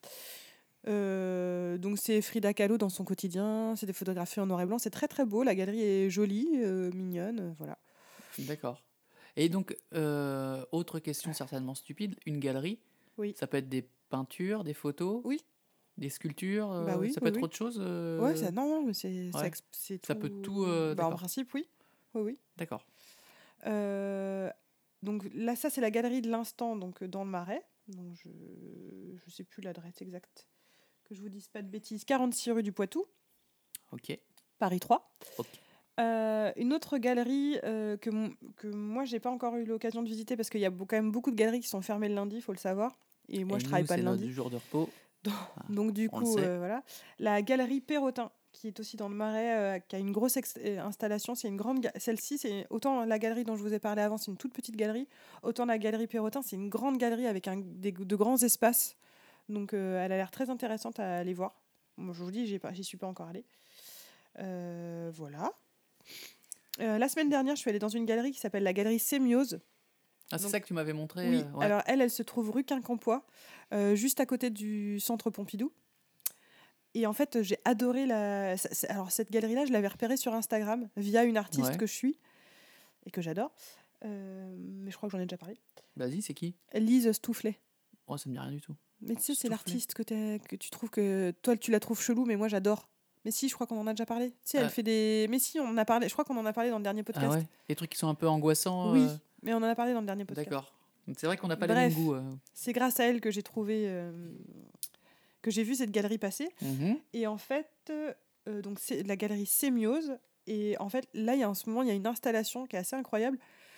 S1: Euh, donc c'est Frida Kahlo dans son quotidien, c'est des photographies en noir et blanc, c'est très très beau, la galerie est jolie, euh, mignonne, euh, voilà.
S2: D'accord. Et donc, euh, autre question certainement stupide, une galerie,
S1: Oui.
S2: ça peut être des peintures, des photos,
S1: Oui.
S2: des sculptures,
S1: Bah
S2: euh,
S1: oui,
S2: ça peut
S1: oui,
S2: être
S1: oui.
S2: autre chose euh,
S1: Ouais, ça, non, non, mais c'est ça
S2: ouais.
S1: ex- c'est tout.
S2: Ça peut tout, euh,
S1: Bah, en
S2: d'accord.
S1: principe, oui. Oui, oui.
S2: D'accord.
S1: Euh, donc là, ça, c'est la galerie de l'Instant, donc euh, dans le Marais. Donc je je sais plus l'adresse exacte. Que je vous dise pas de bêtises. quarante-six rue du Poitou,
S2: Ok.
S1: Paris trois.
S2: Ok.
S1: Euh, une autre galerie euh, que, m- que moi, j'ai pas encore eu l'occasion de visiter parce qu'il y a beau- quand même beaucoup de galeries qui sont fermées le lundi, il faut le savoir. Et moi,
S2: Et
S1: je
S2: nous,
S1: travaille pas
S2: c'est
S1: le
S2: notre
S1: lundi.
S2: jour de repos.
S1: Donc du
S2: on le
S1: coup,
S2: sait.
S1: euh, voilà. La galerie Perrotin, qui est aussi dans le Marais, euh, qui a une grosse ex- euh, installation. C'est une grande. ga- Celle-ci, c'est autant la galerie dont je vous ai parlé avant, c'est une toute petite galerie. Autant la galerie Perrotin, c'est une grande galerie avec un, des, de grands espaces. Donc euh, elle a l'air très intéressante à aller voir. Moi, je vous dis, j'y ai pas- j'y suis pas encore allée. Euh, voilà. Euh, la semaine dernière, je suis allée dans une galerie qui s'appelle la galerie Sémiose.
S2: Ah, c'est
S1: donc-
S2: ça que tu m'avais montré.
S1: Oui,
S2: euh, ouais.
S1: alors elle, elle se trouve rue Quincampoix, euh, juste à côté du centre Pompidou. Et en fait, j'ai adoré la. c- c- Alors, cette galerie-là, je l'avais repérée sur Instagram via une artiste
S2: Ouais.
S1: que je suis et que j'adore. Euh, mais je crois que j'en ai déjà parlé.
S2: Vas-y, c'est qui?
S1: Lise Stoufflet.
S2: Oh, ça me dit rien du tout.
S1: Mais tu sais, c'est
S2: Stoufflet.
S1: l'artiste que, t'es- que tu trouves que. Toi, tu la trouves chelou, mais moi, j'adore. Mais si, je crois qu'on en a déjà parlé. Tu sais, elle
S2: Ah.
S1: fait des. Mais si, on en a parlé. Je crois qu'on en a parlé dans le dernier
S2: Ah
S1: podcast.
S2: ouais? Les trucs qui sont un peu angoissants.
S1: Oui,
S2: euh,
S1: mais on en a parlé dans le dernier podcast.
S2: D'accord. Donc, c'est vrai qu'on n'a pas les
S1: Bref.
S2: mêmes goûts. euh.
S1: C'est grâce à elle que j'ai trouvé. euh, que j'ai vu cette galerie passer.
S2: Mhm.
S1: Et en fait, euh, donc c'est la galerie Sémiose. Et en fait, là, il y a en ce moment, il y a une installation qui est assez incroyable.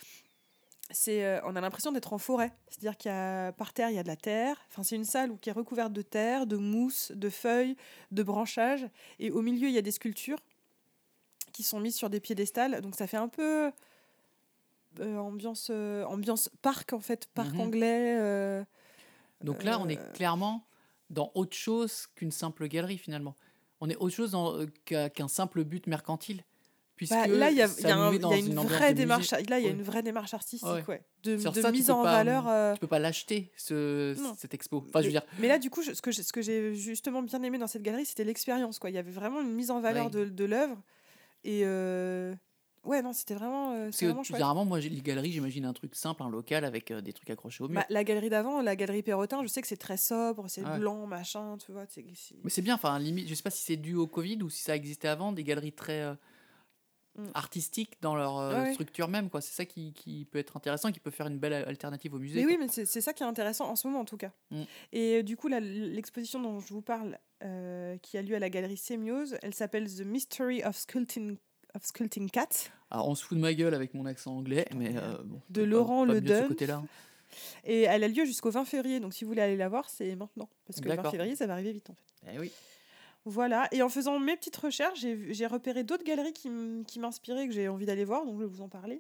S1: C'est, euh, on a l'impression d'être en forêt. C'est-à-dire qu'il y a par terre, il y a de la terre. Enfin, c'est une salle où, qui est recouverte de terre, de mousse, de feuilles, de branchages. Et au milieu, il y a des sculptures qui sont mises sur des piédestals. Donc ça fait un peu euh, ambiance, euh, ambiance parc en fait, parc
S2: Mhm.
S1: anglais. euh,
S2: Donc là, on est
S1: euh,
S2: clairement dans autre chose qu'une simple galerie finalement. On est autre chose dans- euh, qu'à- qu'un simple but mercantile. puisque
S1: Bah, là, il y a,
S2: ça
S1: il y a
S2: nous
S1: un-
S2: met
S1: il y
S2: dans
S1: a
S2: une
S1: une
S2: ambiance
S1: vraie
S2: de
S1: démarche.
S2: musée.
S1: Là, il y a
S2: Ouais.
S1: une vraie démarche artistique,
S2: Ouais.
S1: ouais, de,
S2: Sur
S1: de
S2: ça, tu
S1: mise
S2: peux
S1: en
S2: pas,
S1: valeur. euh,
S2: tu peux pas l'acheter, ce,
S1: Non.
S2: cette expo. Enfin, je veux
S1: mais,
S2: dire,
S1: mais là, du coup, je- ce que j'ai, ce que j'ai justement bien aimé dans cette galerie, c'était l'expérience, quoi. Il y avait vraiment une mise en valeur
S2: ouais.
S1: de, de l'œuvre. Et euh, ouais, non, c'était vraiment, euh,
S2: Parce
S1: c'était
S2: que
S1: vraiment chouette.
S2: généralement, moi, j'ai- les galeries, j'imagine un truc simple, un local avec euh, des trucs accrochés au mur.
S1: Bah, la galerie d'avant, la galerie Perrotin, je sais que c'est très sobre, c'est
S2: Ouais.
S1: blanc, machin, tu vois. c'est- c'est-
S2: Mais c'est bien, enfin, limite, je sais pas si c'est dû au Covid ou si ça existait avant, des galeries très euh,
S1: Mm.
S2: artistiques dans leur euh,
S1: Ouais, ouais.
S2: structure même, quoi. C'est ça qui, qui peut être intéressant, qui peut faire une belle alternative au musée.
S1: Mais
S2: quoi.
S1: oui, mais c'est c'est ça qui est intéressant en ce moment, en tout cas.
S2: Mm.
S1: Et euh, du coup, la- l'exposition dont je vous parle, euh, qui a lieu à la galerie Sémiose, elle s'appelle The Mystery of Sculpting, of Sculpting Cat.
S2: Alors, on se fout de ma gueule avec mon accent anglais, mais euh, bon,
S1: De
S2: pas-
S1: Laurent
S2: pas
S1: Le
S2: mieux de ce
S1: Dun.
S2: côté-là.
S1: Et elle a lieu jusqu'au vingt février, donc si vous voulez aller la voir, c'est maintenant. Parce que le vingt
S2: D'accord.
S1: février, ça va arriver vite, en fait.
S2: Eh oui.
S1: Voilà, et en faisant mes petites recherches, j'ai vu- j'ai repéré d'autres galeries qui m- qui m'inspiraient, que j'ai envie d'aller voir, donc je vais vous en parler.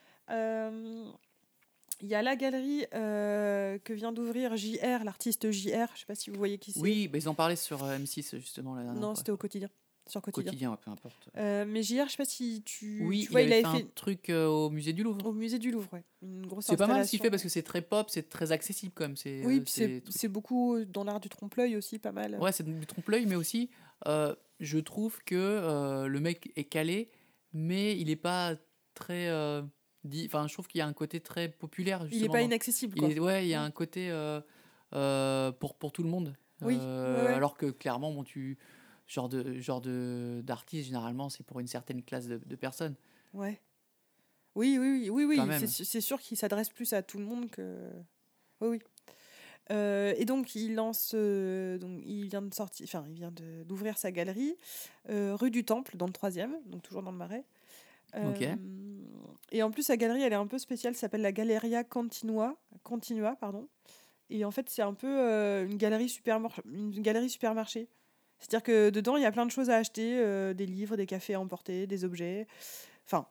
S1: Euh, Il y a la galerie euh, que vient d'ouvrir J R, l'artiste J R, je sais pas si vous voyez qui c'est.
S2: Oui, bah, ils en parlaient sur euh, M six, justement, la dernière
S1: Non,
S2: fois.
S1: c'était au quotidien. Sur quotidien.
S2: Quotidien, ouais, peu importe.
S1: Euh, mais J R, je sais pas si tu,
S2: Oui,
S1: tu
S2: il,
S1: vois,
S2: avait
S1: il avait
S2: fait,
S1: fait,
S2: un truc euh, au musée du Louvre.
S1: au musée du Louvre, ouais. Une grosse
S2: C'est pas mal ce qu'il
S1: installation.
S2: fait parce que c'est très pop, c'est très accessible quand même. C'est,
S1: Oui,
S2: euh,
S1: puis c'est
S2: c'est truc-
S1: c'est beaucoup dans l'art du trompe-l'œil aussi, pas mal.
S2: Ouais, c'est du trompe-l'œil, mais aussi, euh, je trouve que euh, le mec est calé, mais il est pas très. euh, dit... Enfin, je trouve qu'il y a un côté très populaire.
S1: Il est
S2: Justement,
S1: pas
S2: dans-
S1: inaccessible,
S2: il
S1: quoi.
S2: est- Ouais, il y a
S1: Ouais.
S2: un côté euh, euh, pour, pour tout le monde.
S1: Oui,
S2: Euh,
S1: ouais, ouais.
S2: Alors que clairement, bon, tu. Genre de genre de d'artiste généralement c'est pour une certaine classe de, de personnes.
S1: Ouais. Oui, oui, oui, oui, oui.
S2: Quand même.
S1: C'est su- c'est sûr qu'il s'adresse plus à tout le monde que. Oui, oui. Euh, et donc il lance, euh, donc il vient de sortir, enfin il vient de- d'ouvrir sa galerie euh, rue du Temple dans le troisième, donc toujours dans le Marais. Euh,
S2: Ok.
S1: Et en plus sa galerie elle est un peu spéciale, ça s'appelle la Galleria Continua, Continua pardon. Et en fait c'est un peu euh, une galerie supermarché, une galerie supermarché. C'est-à-dire que dedans il y a plein de choses à acheter, euh, des livres, des cafés à emporter, des objets. Enfin,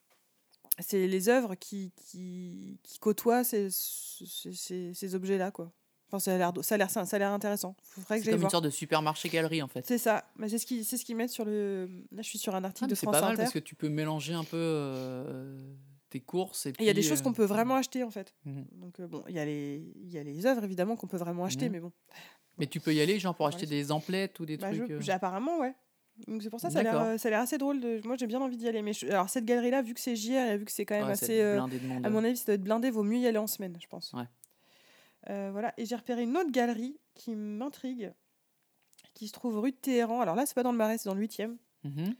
S1: c'est les œuvres qui, qui, qui côtoient ces, ces, ces- ces objets-là, quoi. Enfin, ça a l'air, ça a l'air, ça a l'air intéressant. Faudrait que
S2: C'est
S1: j'aille
S2: comme une
S1: voir.
S2: sorte de supermarché-galerie en fait.
S1: C'est ça. Mais c'est ce qui, c'est ce qu'ils mettent sur le. Là, je suis sur un
S2: Ah,
S1: article
S2: mais
S1: de
S2: c'est
S1: France
S2: pas mal
S1: Inter.
S2: parce que tu peux mélanger un peu euh, tes courses. Et
S1: Et il y a des
S2: puis,
S1: choses
S2: euh,
S1: qu'on peut vraiment acheter, en fait.
S2: Mhm.
S1: Donc, euh, bon, il y a les, il y a les œuvres, évidemment, qu'on peut vraiment acheter,
S2: Mhm.
S1: mais bon.
S2: Mais tu peux y aller genre pour
S1: Voilà,
S2: acheter
S1: c'est-
S2: des emplettes ou des
S1: Bah, je-
S2: trucs. euh,
S1: j'ai- apparemment, ouais. Donc, c'est pour ça, ça a l'air,
S2: D'accord.
S1: euh, ça a l'air assez drôle. De... Moi, j'ai bien envie d'y aller. Mais je- alors, cette galerie-là, vu que c'est J R et vu que c'est quand même
S2: ouais,
S1: assez.
S2: c'est
S1: euh,
S2: blindé de monde.
S1: À mon avis, ça doit être blindé, vaut mieux y aller en semaine, je pense.
S2: Ouais.
S1: Euh, voilà. Et j'ai repéré une autre galerie qui m'intrigue, qui se trouve rue de Téhéran. Alors là, c'est pas dans le Marais, c'est dans le huitième.
S2: Mhm.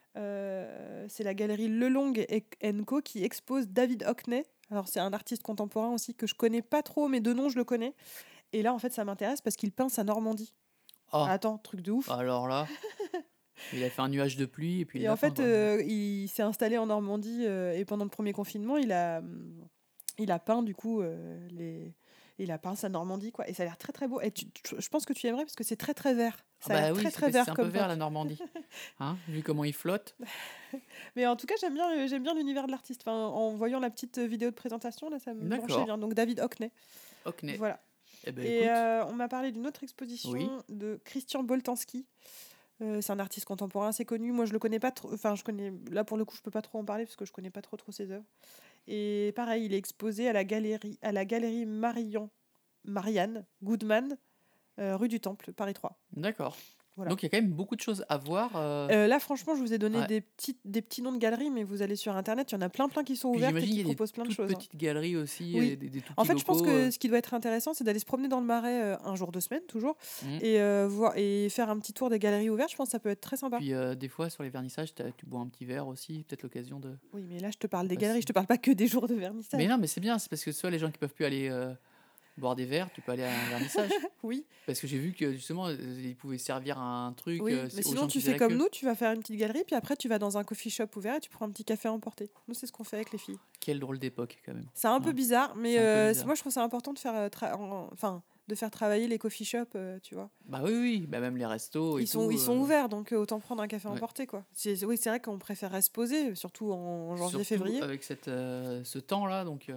S1: Euh, c'est la galerie Lelong et Co qui expose David Hockney. Alors c'est un artiste contemporain aussi que je connais pas trop, mais de nom je le connais. Et là, en fait, ça m'intéresse parce qu'il peint sa Normandie.
S2: Oh,
S1: Ah, attends, truc de ouf.
S2: alors là, il a fait un nuage de pluie et puis il
S1: Et
S2: l'a
S1: en
S2: peint,
S1: fait,
S2: quoi.
S1: euh, il s'est installé en Normandie euh, et pendant le premier confinement, il a, hum, il a peint du coup euh, les, il a peint sa Normandie quoi. Et ça a l'air très très beau. Et tu- tu- je pense que tu aimerais parce que c'est très très vert. Ça
S2: Ah
S1: a
S2: bah
S1: l'air
S2: oui,
S1: très
S2: c'est
S1: très
S2: c'est
S1: vert
S2: un peu
S1: comme
S2: vert
S1: peint.
S2: la Normandie. Hein, vu comment il flotte.
S1: Mais en tout cas, j'aime bien, euh, j'aime bien l'univers de l'artiste. Enfin, en voyant la petite euh, vidéo de présentation là, ça me
S2: D'accord.
S1: branchait bien. Donc David Hockney.
S2: Ok.
S1: Voilà.
S2: Eh ben,
S1: Et
S2: écoute,
S1: euh, on m'a parlé d'une autre exposition
S2: Oui.
S1: de Christian Boltanski. Euh, c'est un artiste contemporain assez connu. Moi, je le connais pas trop. Enfin, je connais. Là, pour le coup, je peux pas trop en parler parce que je connais pas trop trop ses œuvres. Et pareil, il est exposé à la galerie, à la galerie Marion, Marianne Goodman, euh, rue du Temple, Paris trois.
S2: d'accord.
S1: Voilà.
S2: Donc il y a quand même beaucoup de choses à voir. euh,
S1: Euh, là, franchement, je vous ai donné
S2: Ouais.
S1: des petits, des petits noms de galeries, mais vous allez sur internet, il y en a plein plein qui sont
S2: Puis
S1: ouvertes et
S2: j'imagine
S1: qui
S2: qu'il y a des
S1: proposent plein de
S2: toutes
S1: choses. hein.
S2: petites galeries aussi,
S1: Oui.
S2: et des, des tout
S1: En
S2: petits
S1: fait, je pense
S2: locaux,
S1: que
S2: euh,
S1: ce qui doit être intéressant, c'est d'aller se promener dans le Marais euh, un jour de semaine, toujours,
S2: Mhm.
S1: et, euh, voir, et faire un petit tour des galeries ouvertes. Je pense que ça peut être très sympa.
S2: Puis euh, des fois sur les vernissages, t'as- tu bois un petit verre aussi, peut-être l'occasion de.
S1: Oui, mais là, je te parle des
S2: Bah,
S1: galeries,
S2: si.
S1: je te parle pas que des jours de vernissage.
S2: Mais non, mais c'est bien, c'est parce que soit les gens qui peuvent plus aller euh, boire des verres, tu peux aller à un vernissage.
S1: Oui,
S2: Parce que j'ai vu que justement, euh, ils pouvaient servir un truc.
S1: oui.
S2: euh,
S1: mais
S2: aux
S1: sinon,
S2: gens
S1: tu
S2: qui faisaient
S1: fais
S2: la
S1: comme
S2: queue.
S1: nous, tu vas faire une petite galerie, puis après, tu vas dans un coffee shop ouvert et tu prends un petit café à emporter. Nous, c'est ce qu'on fait avec les filles.
S2: Quelle drôle d'époque quand même.
S1: C'est un peu
S2: Ouais.
S1: bizarre, mais
S2: C'est un peu
S1: euh,
S2: bizarre.
S1: moi, je trouve ça important de faire, euh, tra- en- enfin, de faire travailler les coffee shops, euh, tu vois.
S2: Bah oui, oui, bah même les restos et
S1: Ils sont,
S2: tout,
S1: ils sont
S2: euh,
S1: ouverts, donc euh, autant prendre un café à
S2: Ouais.
S1: emporter, quoi. C'est, oui, c'est vrai qu'on préférerait se poser, surtout en janvier,
S2: surtout
S1: février.
S2: avec cette, euh, ce temps-là, donc. euh,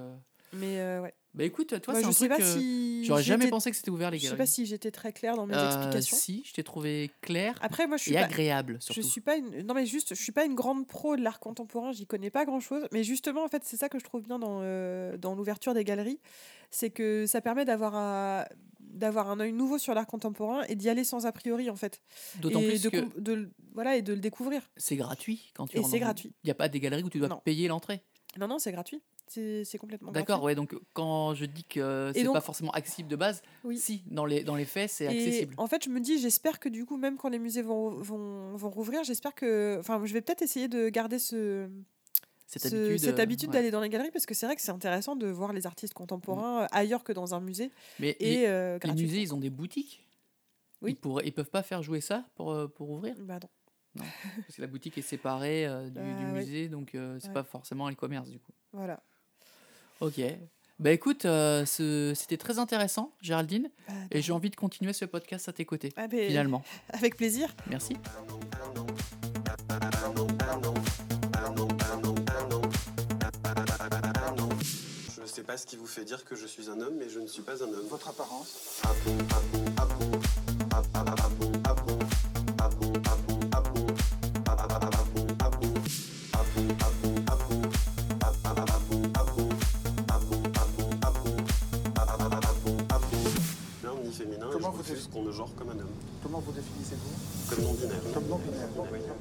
S1: Mais euh, ouais.
S2: Bah écoute, toi,
S1: Moi,
S2: c'est
S1: je
S2: un
S1: sais
S2: truc.
S1: pas
S2: euh,
S1: si.
S2: J'aurais jamais
S1: j'étais-
S2: pensé que c'était ouvert les
S1: Je sais
S2: galeries.
S1: pas si j'étais très claire dans mes
S2: Euh,
S1: explications.
S2: si, je t'ai trouvé clair
S1: Après, moi, je suis
S2: et
S1: pas.
S2: agréable
S1: Je
S2: surtout.
S1: suis pas une. Non, mais juste, je suis pas une grande pro de l'art contemporain. J'y connais pas grand chose. Mais justement, en fait, c'est ça que je trouve bien dans euh, dans l'ouverture des galeries, c'est que ça permet d'avoir un d'avoir un œil nouveau sur l'art contemporain et d'y aller sans a priori en fait.
S2: D'autant
S1: Et
S2: plus
S1: de,
S2: que
S1: com- de le- voilà et de le découvrir.
S2: c'est gratuit quand tu
S1: Et
S2: rentres
S1: c'est
S2: dans une-
S1: gratuit.
S2: Il n'y a pas des galeries où tu dois
S1: Non.
S2: payer l'entrée.
S1: Non, non, c'est gratuit. C'est c'est complètement
S2: D'accord,
S1: gratuit.
S2: ouais, donc quand je dis que
S1: Et
S2: c'est
S1: donc-
S2: pas forcément accessible de base,
S1: Oui.
S2: si, dans les, dans les faits, c'est
S1: Et
S2: accessible.
S1: en fait, je me dis, j'espère que du coup, même quand les musées vont, vont, vont rouvrir, j'espère que. Enfin, je vais peut-être essayer de garder ce,
S2: Cette
S1: ce-
S2: habitude.
S1: cette
S2: euh,
S1: habitude
S2: ouais.
S1: d'aller dans les galeries parce que c'est vrai que c'est intéressant de voir les artistes contemporains euh, ailleurs que dans un musée
S2: Mais
S1: et
S2: les,
S1: euh,
S2: les
S1: gratuitement.
S2: musées, ils ont des boutiques.
S1: Oui.
S2: Ils, pourraient, ils peuvent pas faire jouer ça pour, euh, pour ouvrir.
S1: Bah non.
S2: Non, parce que la boutique est séparée euh, du,
S1: Bah
S2: du
S1: ouais.
S2: musée, donc euh, c'est
S1: Ouais.
S2: pas forcément un e-commerce du coup.
S1: Voilà.
S2: Ok. Bah écoute, euh, ce- c'était très intéressant, Géraldine,
S1: Bah,
S2: et j'ai envie de continuer ce podcast à tes côtés,
S1: Ah, mais-
S2: finalement.
S1: Avec plaisir.
S2: Merci.
S4: Je ne sais pas ce qui vous fait dire que je suis un homme, mais je ne suis pas un homme.
S3: Votre apparence.
S4: Ah bon, ah bon, ah bon. Ah, ah, ah, ah bon, ah bon. Ah bon, ah bon, ah bon. Ah, ah, ah, ah bon, ah bon. Ah bon, ah bon, ah bon. Ah, ah, ah, ah bon, ah bon. Ah bon, ah bon, ah bon. Ah, ah, ah, ah bon, ah bon. Bien, ni féminin, et je
S3: Comment vous
S4: refuse
S3: dites
S4: qu'on me genre comme un homme.
S3: Comment vous définissez-vous?
S4: Comme non-binaire.
S3: Comme non-binaire.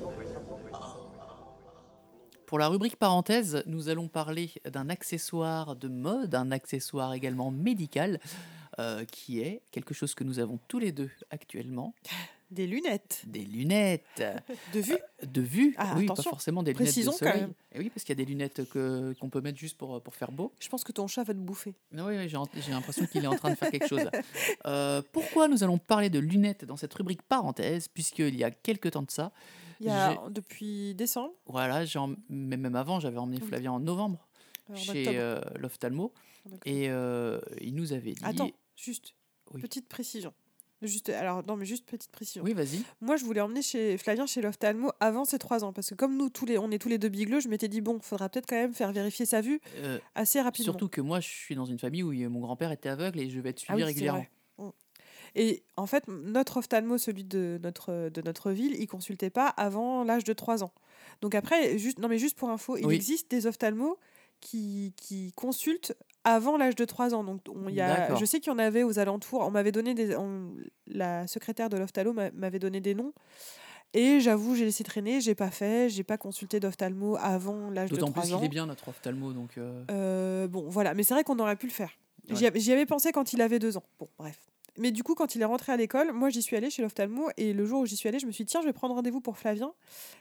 S2: Pour la rubrique parenthèse, nous allons parler d'un accessoire de mode, un accessoire également médical, euh, qui est quelque chose que nous avons tous les deux actuellement,
S1: Des lunettes
S2: des lunettes
S1: de vue.
S2: de vue.
S1: Ah,
S2: oui,
S1: attention,
S2: pas forcément des
S1: précisons
S2: lunettes de
S1: quand
S2: soleil.
S1: même.
S2: Et oui, parce qu'il y a des lunettes que, qu'on peut mettre juste pour, pour faire beau.
S1: Je pense que ton chat va te bouffer.
S2: Ah oui, oui, j'ai, j'ai l'impression qu'il est en train de faire quelque chose. Euh, pourquoi nous allons parler de lunettes dans cette rubrique parenthèse, puisqu'il y a quelques temps de ça,
S1: Il y a depuis décembre,
S2: voilà, j'ai em- mais même avant, j'avais emmené
S1: Oui.
S2: Flavien en novembre
S1: euh, en
S2: chez
S1: octobre.
S2: euh, l'ophtalmo,
S1: D'accord.
S2: et euh, il nous avait dit...
S1: Attends, juste
S2: Oui.
S1: petite précision. Juste, alors non, mais juste petite précision.
S2: Oui, vas-y.
S1: Moi, je voulais emmener chez Flavien chez l'ophtalmo avant ses trois ans parce que comme nous tous les, on est tous les deux bigleux, je m'étais dit bon, faudra peut-être quand même faire vérifier sa vue
S2: Euh,
S1: assez rapidement.
S2: surtout que moi, je suis dans une famille où il y a- mon grand-père était aveugle et je vais être
S1: Ah
S2: suivi
S1: oui, c'est
S2: régulièrement.
S1: vrai. Mm. Et en fait, notre ophtalmo, celui de notre, de notre ville, il consultait pas avant l'âge de trois ans. Donc après, juste, non mais juste pour info, il
S2: Oui.
S1: existe des ophtalmos qui, qui consultent avant l'âge de trois ans. Donc on, il y a,
S2: D'accord.
S1: je sais qu'il y en avait aux alentours. On m'avait donné des, on- la secrétaire de l'ophtalmo m'a- m'avait donné des noms. Et j'avoue, j'ai laissé traîner, j'ai pas fait, j'ai pas consulté d'ophtalmo avant l'âge de
S2: D'autant
S1: trois
S2: plus
S1: ans.
S2: qu'il est bien, notre ophtalmo, donc... euh,
S1: Euh, bon, voilà, mais c'est vrai qu'on aurait pu le faire.
S2: Ouais.
S1: J'y avais, j'y avais pensé quand il avait deux ans. Bon, bref. Mais du coup, quand il est rentré à l'école, moi j'y suis allée chez l'ophtalmo et le jour où j'y suis allée, je me suis dit tiens, je vais prendre rendez-vous pour Flavien.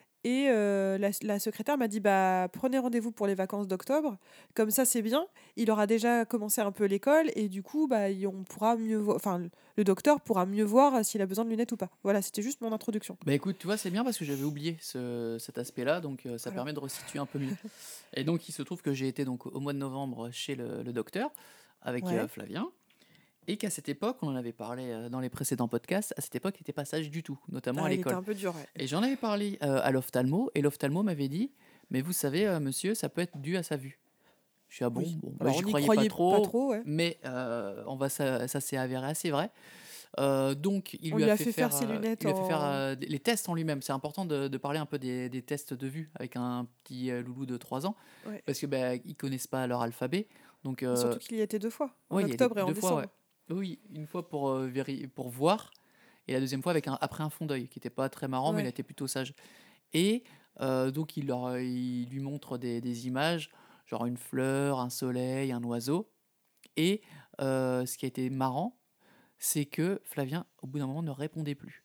S1: Et euh, la, la secrétaire m'a dit bah prenez rendez-vous pour les vacances d'octobre, comme ça c'est bien. Il aura déjà commencé un peu l'école et du coup bah y- on pourra mieux voir, enfin le- le docteur pourra mieux voir s'il a besoin de lunettes ou pas. Voilà, c'était juste mon introduction.
S2: Bah écoute, tu vois, c'est bien parce que j'avais oublié ce, cet aspect-là, donc euh, ça
S1: Voilà.
S2: permet de resituer un peu mieux. Et donc, il se trouve que j'ai été donc au mois de novembre chez le, le docteur avec
S1: Ouais.
S2: euh, Flavien, et qu'à cette époque, on en avait parlé euh, dans les précédents podcasts, à cette époque, il n'était pas sage du tout, notamment
S1: Ah,
S2: à
S1: il était
S2: l'école.
S1: un peu dur. Ouais.
S2: Et j'en avais parlé euh, à l'ophtalmo, et l'ophtalmo m'avait dit, mais vous savez, euh, monsieur, ça peut être dû à sa vue. Je suis ah bon,
S1: Oui.
S2: bon bah,
S1: Alors,
S2: j'y
S1: on n'y
S2: croyais,
S1: croyait
S2: pas trop,
S1: ouais.
S2: mais euh, on va, ça, ça s'est avéré assez vrai. Euh, donc, il
S1: On
S2: lui,
S1: lui
S2: a,
S1: a
S2: fait,
S1: fait
S2: faire,
S1: faire ses
S2: euh,
S1: lunettes
S2: il lui a fait faire
S1: en-
S2: euh, les tests en lui-même. C'est important de, de parler un peu des, des tests de vue avec un petit euh, loulou de trois ans,
S1: Ouais.
S2: parce que bah, ils connaissent pas leur alphabet. Donc,
S1: Mais
S2: euh,
S1: surtout qu'il y était deux fois, en
S2: ouais, il y a
S1: octobre
S2: des-
S1: et en
S2: deux fois,
S1: décembre.
S2: ouais. Oui, une fois pour, euh, véri- pour voir, et la deuxième fois avec un, après un fond d'œil, qui n'était pas très marrant, mais il
S1: Ouais.
S2: était plutôt sage. Et euh, donc, il, leur, il lui montre des, des images, genre une fleur, un soleil, un oiseau. Et euh, ce qui a été marrant, c'est que Flavien, au bout d'un moment, ne répondait plus.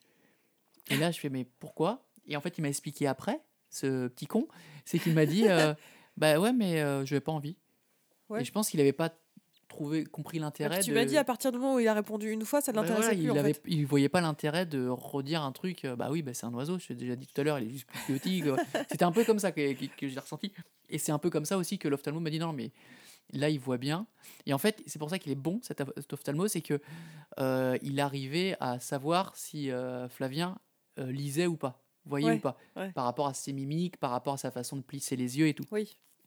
S2: Et là, je fais, mais pourquoi? Et en fait, il m'a expliqué après, ce petit con, c'est qu'il m'a dit, euh, bah ouais, mais euh, je n'avais pas envie.
S1: Ouais.
S2: Et je pense qu'il n'avait pas trouvé, compris
S1: Et
S2: l'intérêt
S1: puis tu
S2: de...
S1: m'as dit à partir du moment où il a répondu une fois, ça ne
S2: Bah
S1: l'intéressait
S2: voilà,
S1: plus
S2: il
S1: en
S2: avait,
S1: fait.
S2: il voyait pas l'intérêt de redire un truc. euh, Bah oui, bah c'est un oiseau. Je t'ai déjà dit tout à l'heure, il est juste plus petit. quoi. C'était un peu comme ça que, que, que j'ai ressenti. Et c'est un peu comme ça aussi que l'ophtalmo m'a dit non, mais là il voit bien. Et en fait, c'est pour ça qu'il est bon cet, av- cet ophtalmo, c'est que euh, il arrivait à savoir si euh, Flavien euh, lisait ou pas, voyait
S1: Ouais,
S2: ou pas,
S1: ouais.
S2: par rapport à ses mimiques, par rapport à sa façon de plisser les yeux et tout.
S1: Oui.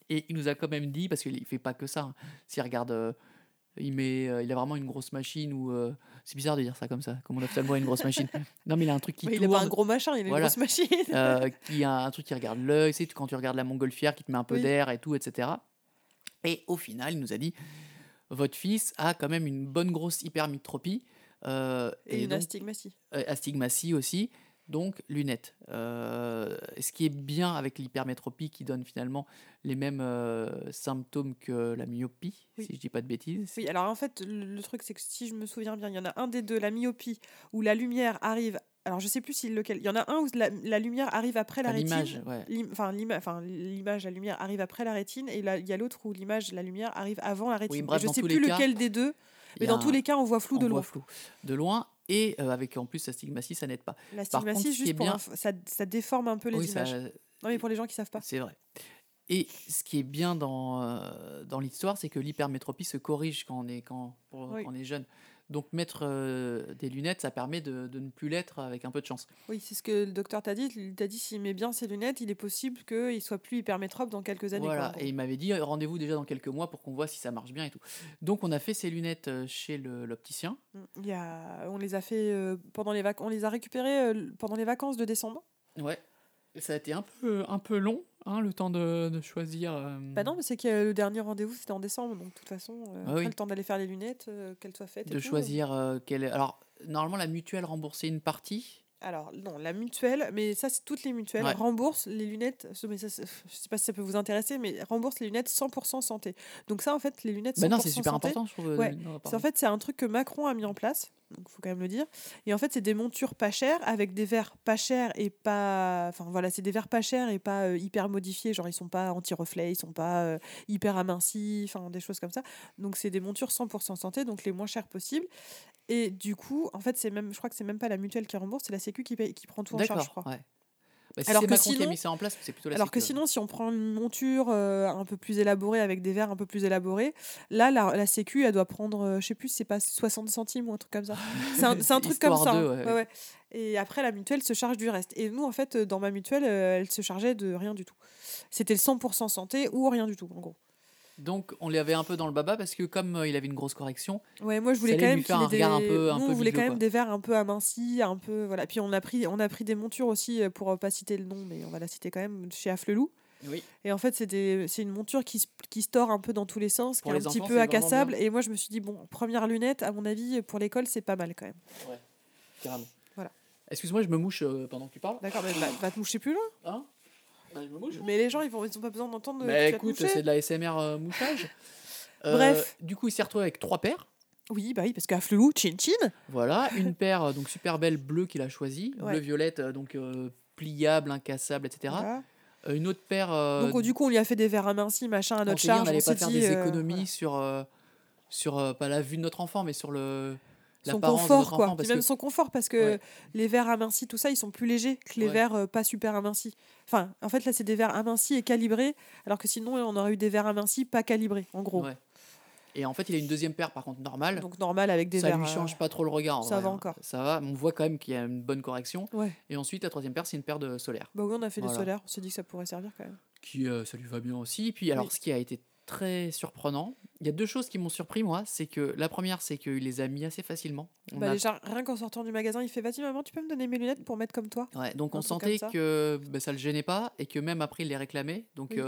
S2: Et il nous a quand même dit, parce qu'il fait pas que ça, hein, s'il regarde, euh, il, met, euh, il a vraiment une grosse machine où. euh, c'est bizarre de dire ça comme ça, comme mon ophtalmo a une grosse machine. Non, mais il a un truc qui
S1: Ouais, il
S2: tourne.
S1: a pas un gros machin, il a
S2: Voilà.
S1: une grosse machine.
S2: euh, qui a un truc qui regarde l'œil, c'est quand tu regardes la montgolfière qui te met un peu
S1: Oui.
S2: d'air et tout, et cetera. Et au final, il nous a dit votre fils a quand même une bonne grosse hypermétropie euh,
S1: Et, une
S2: donc,
S1: astigmatie.
S2: euh, astigmatie aussi, donc lunettes. Euh, ce qui est bien avec l'hypermétropie qui donne finalement les mêmes euh, symptômes que la myopie,
S1: Oui.
S2: si je dis pas de bêtises.
S1: Oui, alors en fait, le, le truc, c'est que si je me souviens bien, il y en a un des deux, la myopie, où la lumière arrive. Alors je sais plus si lequel. Il y en a un où la, la lumière arrive après la
S2: Enfin,
S1: rétine.
S2: l'image, ouais.
S1: L'im- Enfin, l'ima- enfin, l'image, la lumière arrive après la rétine. Et là, il y a l'autre où l'image, la lumière arrive avant la rétine.
S2: Oui, bref,
S1: Et je
S2: dans
S1: sais
S2: tous
S1: plus
S2: les cas,
S1: lequel des deux.
S2: il
S1: Mais
S2: y a
S1: dans tous
S2: un-
S1: les cas, on voit flou
S2: on
S1: de
S2: voit
S1: loin.
S2: flou de loin. Et euh, avec en plus l'astigmatie, ça n'aide pas.
S1: La
S2: Par contre,
S1: stigmatie,
S2: ce qui est
S1: juste pour
S2: bien,
S1: inf- ça, ça déforme un peu les
S2: oui,
S1: images.
S2: ça,
S1: Non, mais pour les gens qui savent pas.
S2: c'est vrai. Et ce qui est bien dans, euh, dans l'histoire, c'est que l'hypermétropie se corrige quand on est, quand, pour-
S1: Oui.
S2: quand on est jeune. Donc mettre euh, des lunettes, ça permet de, de ne plus l'être avec un peu de chance.
S1: Oui, c'est ce que le docteur t'a dit. Il t'a dit s'il met bien ses lunettes, il est possible qu'il soit plus hypermétrope dans quelques années.
S2: Voilà,
S1: quoi, en gros.
S2: et il m'avait dit rendez-vous déjà dans quelques mois pour qu'on voit si ça marche bien et tout. Donc on a fait ces lunettes euh, chez le- l'opticien.
S1: Mm. Il y a... On les a fait euh, pendant les vacances. On les a récupérées euh, pendant les vacances de décembre.
S2: Ouais. Et ça a été un peu, un peu long, hein, le temps de, de choisir. euh,
S1: Bah non, mais c'est que le dernier rendez-vous c'était en décembre, donc de toute façon, euh,
S2: Ah
S1: après
S2: oui.
S1: le temps d'aller faire les lunettes, euh, qu'elles soient faites. et
S2: de
S1: tout,
S2: choisir euh, quelle. Alors normalement la mutuelle remboursait une partie.
S1: Alors, non, la mutuelle, mais ça, c'est toutes les mutuelles,
S2: Ouais.
S1: remboursent les lunettes. ce- Mais ça, c'est- je sais pas si ça peut vous intéresser, mais remboursent les lunettes cent pour cent santé. Donc, ça, en fait, les lunettes
S2: Bah
S1: cent pour
S2: non,
S1: cent
S2: c'est super
S1: santé,
S2: important, je trouve. euh,
S1: Ouais.
S2: non,
S1: c'est,
S2: pardon.
S1: en fait, c'est un truc que Macron a mis en place, donc faut quand même le dire. Et en fait, c'est des montures pas chères, avec des verres pas chers et pas. Enfin, voilà, c'est des verres pas chers et pas euh, hyper modifiés. Genre, ils sont pas anti-reflets, ils sont pas euh, hyper amincis, enfin, des choses comme ça. Donc, c'est des montures cent pour cent santé, donc les moins chères possibles. Et du coup, en fait, c'est même, je crois que c'est même pas la mutuelle qui rembourse, c'est la Sécu qui, paye, qui prend tout en charge, je
S2: D'accord,
S1: crois.
S2: ouais. Bah, si
S1: Alors
S2: c'est
S1: que
S2: Macron qui a
S1: sinon-
S2: mis ça en place, c'est plutôt la
S1: Alors que
S2: Sécu, ouais.
S1: sinon, si on prend une monture euh, un peu plus élaborée, avec des verres un peu plus élaborés, là, la, la Sécu, elle doit prendre, euh, je sais plus, c'est pas soixante centimes ou un truc comme ça. C'est un, c'est un truc comme
S2: Histoire
S1: ça.
S2: d'eux,
S1: hein.
S2: ouais.
S1: Ouais, ouais. Et après, la mutuelle se charge du reste. Et nous, en fait, dans ma mutuelle, euh, elle se chargeait de rien du tout. C'était le cent pour cent santé ou rien du tout, en gros.
S2: Donc on l'avait un peu dans le baba parce que comme euh, il avait une grosse correction,
S1: Ouais, moi je voulais
S2: Ça
S1: quand
S2: allait
S1: même
S2: lui
S1: qu'il
S2: faire
S1: ait
S2: un
S1: des...
S2: regard un peu- un
S1: Nous,
S2: peu
S1: on voulait
S2: bidiot,
S1: quand même
S2: quoi.
S1: des verres un peu amincis, un peu voilà. Puis on a pris, on a pris des montures aussi euh, pour euh, pas citer le nom, mais on va la citer quand même chez Afflelou.
S2: oui.
S1: Et en fait, c'est des... c'est une monture qui se... qui se tord un peu dans tous les sens,
S2: Pour
S1: qui est un
S2: les
S1: petit
S2: enfants,
S1: peu
S2: c'est vraiment
S1: incassable.
S2: bien.
S1: Et moi, je me suis dit bon, première lunette, à mon avis, pour l'école, c'est pas mal quand même.
S2: Carrément.
S1: Voilà.
S2: Excuse-moi, je me mouche euh, pendant que tu parles.
S1: D'accord, mais va, va te moucher plus loin.
S2: Hein Bah, je me mouche.
S1: Mais les gens, ils vont, ils ont pas besoin d'entendre. que
S2: Bah
S1: tu vas te
S2: écoute,
S1: moucher.
S2: c'est de la S M R euh, mouchage. Euh,
S1: Bref.
S2: Du coup, il s'est retrouvé avec trois paires.
S1: Oui, bah oui, parce qu'Afflelou, chin chin.
S2: Voilà, une paire euh, donc super belle bleue qu'il a choisie,
S1: Ouais.
S2: bleu violette euh, donc euh, pliable, incassable, et cetera.
S1: Voilà.
S2: Euh, une autre paire. euh,
S1: Donc, du coup, on lui a fait des verres amincis, machin, à
S2: on
S1: notre
S2: s'est dit, on
S1: charge.
S2: n'allait
S1: s'est
S2: pas faire
S1: dit,
S2: des
S1: euh,
S2: économies
S1: voilà.
S2: sur euh, sur euh, pas la vue de notre enfant, mais sur le
S1: Son
S2: l'apparence de
S1: confort,
S2: notre
S1: quoi.
S2: enfant,
S1: Puis
S2: parce
S1: même
S2: que
S1: son confort, parce que
S2: Ouais.
S1: les verres amincis, tout ça, ils sont plus légers que les
S2: Ouais.
S1: verres euh, pas super amincis. Enfin, en fait, là, c'est des verres amincis et calibrés, alors que sinon, on aurait eu des verres amincis pas calibrés, en gros.
S2: Ouais. Et en fait, il a une deuxième paire par contre normale.
S1: Donc, normal avec des
S2: ça
S1: verres.
S2: lui
S1: euh,
S2: change pas trop le regard. en
S1: ça
S2: vrai,
S1: va
S2: hein.
S1: encore.
S2: Ça va, mais on voit quand même qu'il y a une bonne correction.
S1: Ouais.
S2: Et ensuite, la troisième paire, c'est une paire de solaire.
S1: Bah oui, on a fait
S2: Voilà.
S1: des solaires. On s'est dit que ça pourrait servir quand même.
S2: Qui, euh, ça lui va bien aussi. Puis alors,
S1: Oui.
S2: ce qui a été très surprenant, il y a deux choses qui m'ont surpris moi. C'est que la première, c'est qu'il les a mis assez facilement. On
S1: Bah,
S2: a-
S1: déjà, rien qu'en sortant du magasin, il fait vas-y, maman, tu peux me donner mes lunettes pour mettre comme toi.
S2: Ouais, donc
S1: un
S2: on
S1: truc
S2: sentait
S1: comme ça.
S2: que bah, ça le gênait pas et que même après il les réclamait. Donc
S1: Oui.
S2: euh,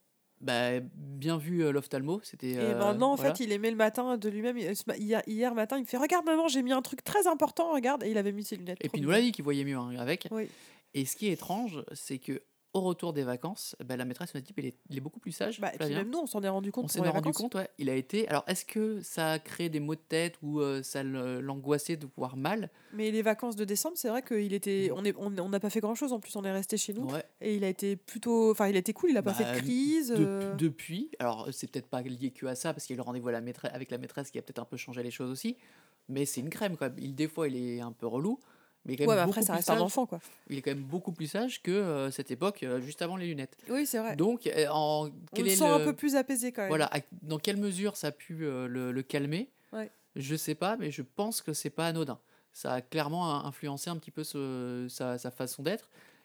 S2: bah, bien vu euh, l'ophtalmo, c'était.
S1: Et
S2: euh,
S1: maintenant, en
S2: voilà.
S1: fait, il aimait le matin de lui-même. il- ce ma- Hier, hier matin, il me fait regarde, maman, j'ai mis un truc très important, regarde. Et il avait mis ses lunettes.
S2: Et
S1: trop
S2: puis il nous
S1: mignon.
S2: l'a dit qu'il voyait mieux hein, avec.
S1: Oui.
S2: Et ce qui est étrange, c'est que au retour des vacances, bah, la maîtresse nous a dit qu'il est, il est beaucoup plus sage.
S1: Bah, et puis
S2: Flavien.
S1: même nous, on s'en est rendu compte
S2: On s'en
S1: pour
S2: est
S1: les
S2: rendu
S1: vacances.
S2: compte, ouais. Il a été. Alors, est-ce que ça a créé des maux de tête ou euh, ça le- l'angoissait de voir mal?
S1: Mais les vacances de décembre, c'est vrai qu'il était. On est, on on n'a pas fait grand chose. En plus, on est resté chez nous.
S2: Ouais.
S1: Et il a été plutôt. Enfin, il a été cool. Il a pas
S2: Bah,
S1: fait de crise.
S2: Dep-
S1: euh,
S2: Depuis, alors c'est peut-être pas lié que à ça parce qu'il y a eu le rendez-vous à la maîtresse, avec la maîtresse qui a peut-être un peu changé les choses aussi, mais c'est une crème quand même. Il, des fois, il est un peu relou, mais il est quand
S1: Ouais,
S2: même
S1: mais
S2: beaucoup
S1: après, ça
S2: plus
S1: reste un
S2: sage.
S1: enfant, quoi.
S2: Il est quand même beaucoup plus sage que euh, cette époque, euh, juste avant les lunettes.
S1: Oui, c'est vrai.
S2: Donc, euh, en
S1: On
S2: quel
S1: le
S2: est
S1: sent
S2: le-
S1: un peu plus apaisé quand même.
S2: voilà, à- dans quelle mesure ça a pu euh, le, le calmer?
S1: Ouais.
S2: Je sais pas, mais je pense que c'est pas anodin. Ça a clairement in- influencé un petit peu ce- sa, sa façon d'être.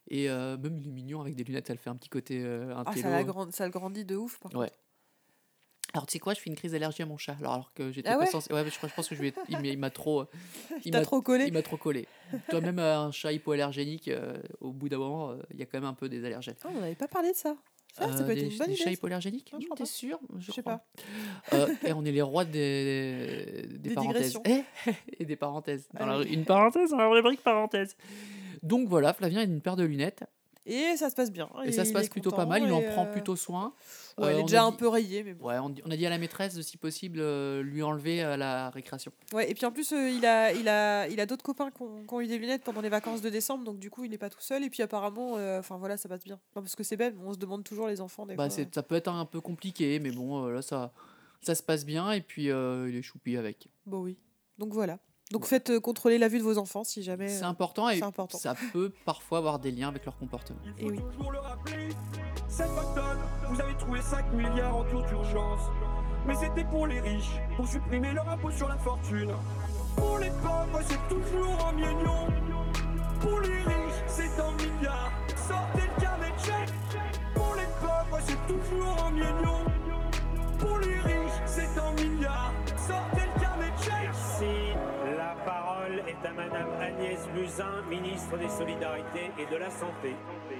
S2: Et euh, même il est mignon avec des lunettes, ça le fait un petit côté euh, un
S1: Ah,
S2: télo.
S1: ça, la grande, ça le grandit de ouf, par
S2: Ouais.
S1: contre.
S2: Alors tu sais quoi, je fais une crise d'allergie à mon chat. Alors, alors que j'étais
S1: Ah
S2: pas
S1: ouais
S2: censé. Ouais, mais je, crois- je pense que je vais. Il m'a- il m'a trop.
S1: Il t'a
S2: m'a-
S1: trop collé.
S2: Il m'a trop collé. Toi, même euh, un chat hypoallergénique, euh, au bout d'un moment, euh, il y a quand même un peu des allergènes.
S1: Ah, on n'avait pas parlé de ça. Ça, ça
S2: Euh,
S1: peut être
S2: des,
S1: une bonne
S2: des
S1: idée.
S2: chats hypoallergéniques.
S1: Non, je
S2: Hmm,
S1: crois
S2: T'es
S1: pas.
S2: sûr?
S1: Je sais
S2: crois.
S1: pas.
S2: Euh, et on est les rois des, des,
S1: Des
S2: parenthèses.
S1: digressions.
S2: Eh, et des parenthèses. Dans la-
S1: Allez.
S2: une parenthèse dans la rubrique parenthèse. Donc voilà, Flavien a une paire de lunettes.
S1: Et ça se passe bien.
S2: Et ça se passe
S1: il est
S2: plutôt
S1: content,
S2: pas mal. Il en
S1: et,
S2: prend
S1: euh,
S2: plutôt soin.
S1: Ouais,
S2: Euh,
S1: elle est
S2: on
S1: déjà
S2: a
S1: un
S2: dit-
S1: peu rayée, mais bon.
S2: Ouais, on, dit- on a dit à la maîtresse de, si possible, euh, lui enlever à la récréation.
S1: Ouais, et puis en plus, euh, il a, il a, il a d'autres copains qui ont, qui ont eu des lunettes pendant les vacances de décembre, donc du coup, il n'est pas tout seul. Et puis apparemment, euh, enfin voilà, ça passe bien. Non, parce que c'est bête, on se demande toujours les enfants des
S2: Bah,
S1: fois.
S2: c'est, ça peut être un peu compliqué, mais bon, euh, là, ça, ça se passe bien. Et puis, euh, il est choupi avec.
S1: Bon oui. Donc voilà. Donc
S2: Ouais.
S1: faites euh, contrôler la vue de vos enfants si jamais.
S2: C'est
S1: euh,
S2: important et
S1: c'est important.
S2: ça peut parfois avoir des liens avec leur comportement.
S3: Il
S1: Et
S3: faut
S1: oui.
S3: toujours le rappeler. Cette Pactole, vous avez trouvé cinq milliards en tour d'urgence. Mais c'était pour les riches, pour supprimer leur impôt sur la fortune. Pour les pauvres, c'est toujours un million. Pour les riches, c'est un milliard. Sortez le carnet de chèques. Pour les pauvres, c'est toujours un million. Pour les riches, c'est un milliard. Sortez le carnet de chèques.
S5: Merci. La parole est à Madame Agnès Buzyn, ministre des Solidarités et de la Santé.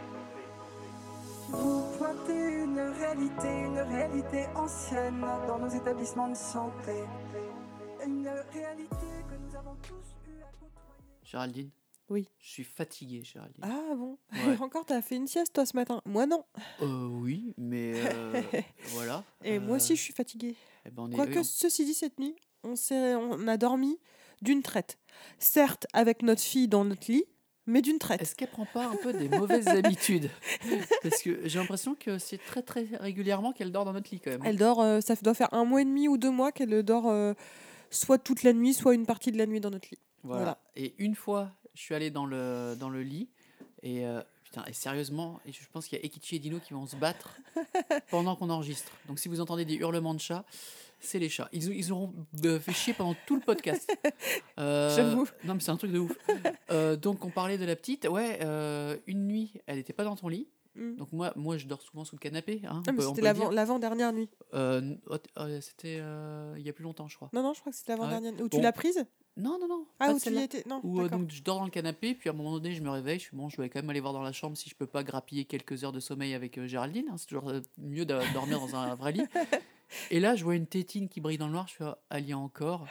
S6: Vous pointez une réalité, une réalité ancienne dans nos établissements de santé. Une réalité que nous avons tous eu à côtoyer.
S2: Géraldine?
S1: Oui.
S2: Je suis fatigué, Géraldine.
S1: Ah bon.
S2: Ouais.
S1: Encore, t'as fait une sieste toi ce matin. Moi non.
S2: Euh, oui, mais euh, voilà.
S1: Et moi
S2: Euh,
S1: aussi, je suis fatiguée.
S2: eh ben, on est-
S1: Quoique,
S2: oui, on-
S1: ceci dit, cette nuit, on, s'est- on a dormi d'une traite. Certes, avec notre fille dans notre lit, mais d'une traite.
S2: Est-ce qu'elle prend pas un peu des mauvaises habitudes? Parce que j'ai l'impression que c'est très très régulièrement qu'elle dort dans notre lit quand même.
S1: Elle dort, euh, ça doit faire un mois et demi ou deux mois qu'elle dort euh, soit toute la nuit, soit une partie de la nuit dans notre lit.
S2: Voilà.
S1: Voilà.
S2: Et une fois, je suis allé dans le, dans le lit et, euh, putain, et sérieusement, et je pense qu'il y a Ekichi et Dino qui vont se battre pendant qu'on enregistre. Donc si vous entendez des hurlements de chats, c'est les chats. Ils, ils auront euh, fait chier pendant tout le podcast. Euh,
S1: J'avoue.
S2: Non mais c'est un truc de ouf. Euh, donc on parlait de la petite. Ouais, euh, une nuit, elle n'était pas dans ton lit.
S1: Mm.
S2: Donc moi, moi je dors souvent sous le canapé. Hein,
S1: Ah,
S2: on
S1: mais
S2: peut- on
S1: c'était
S2: peut le dire.
S1: l'avant- l'avant-dernière nuit.
S2: Euh, n- oh, t- euh, c'était euh, il y a plus longtemps, je crois.
S1: Non, non, je crois que c'était l'avant-dernière. Ou tu
S2: Bon.
S1: l'as prise?
S2: Non, non, non.
S1: Ah,
S2: pas
S1: où tu y
S2: celle-là.
S1: étais? Non,
S2: Où, euh,
S1: d'accord.
S2: donc je dors dans le canapé, puis à un moment donné, je me réveille. Je suis bon, je vais quand même aller voir dans la chambre si je peux pas grappiller quelques heures de sommeil avec euh, Géraldine. hein, c'est toujours euh, mieux de dormir dans un vrai lit. Et là, je vois une tétine qui brille dans le noir. Je fais, ah, elle y est encore.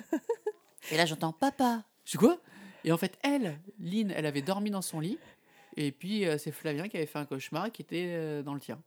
S2: Et là, j'entends papa. Je suis quoi? Et en fait, elle, Lynn, elle avait dormi dans son lit. Et puis, euh, c'est Flavien qui avait fait un cauchemar et qui était euh, dans le tien.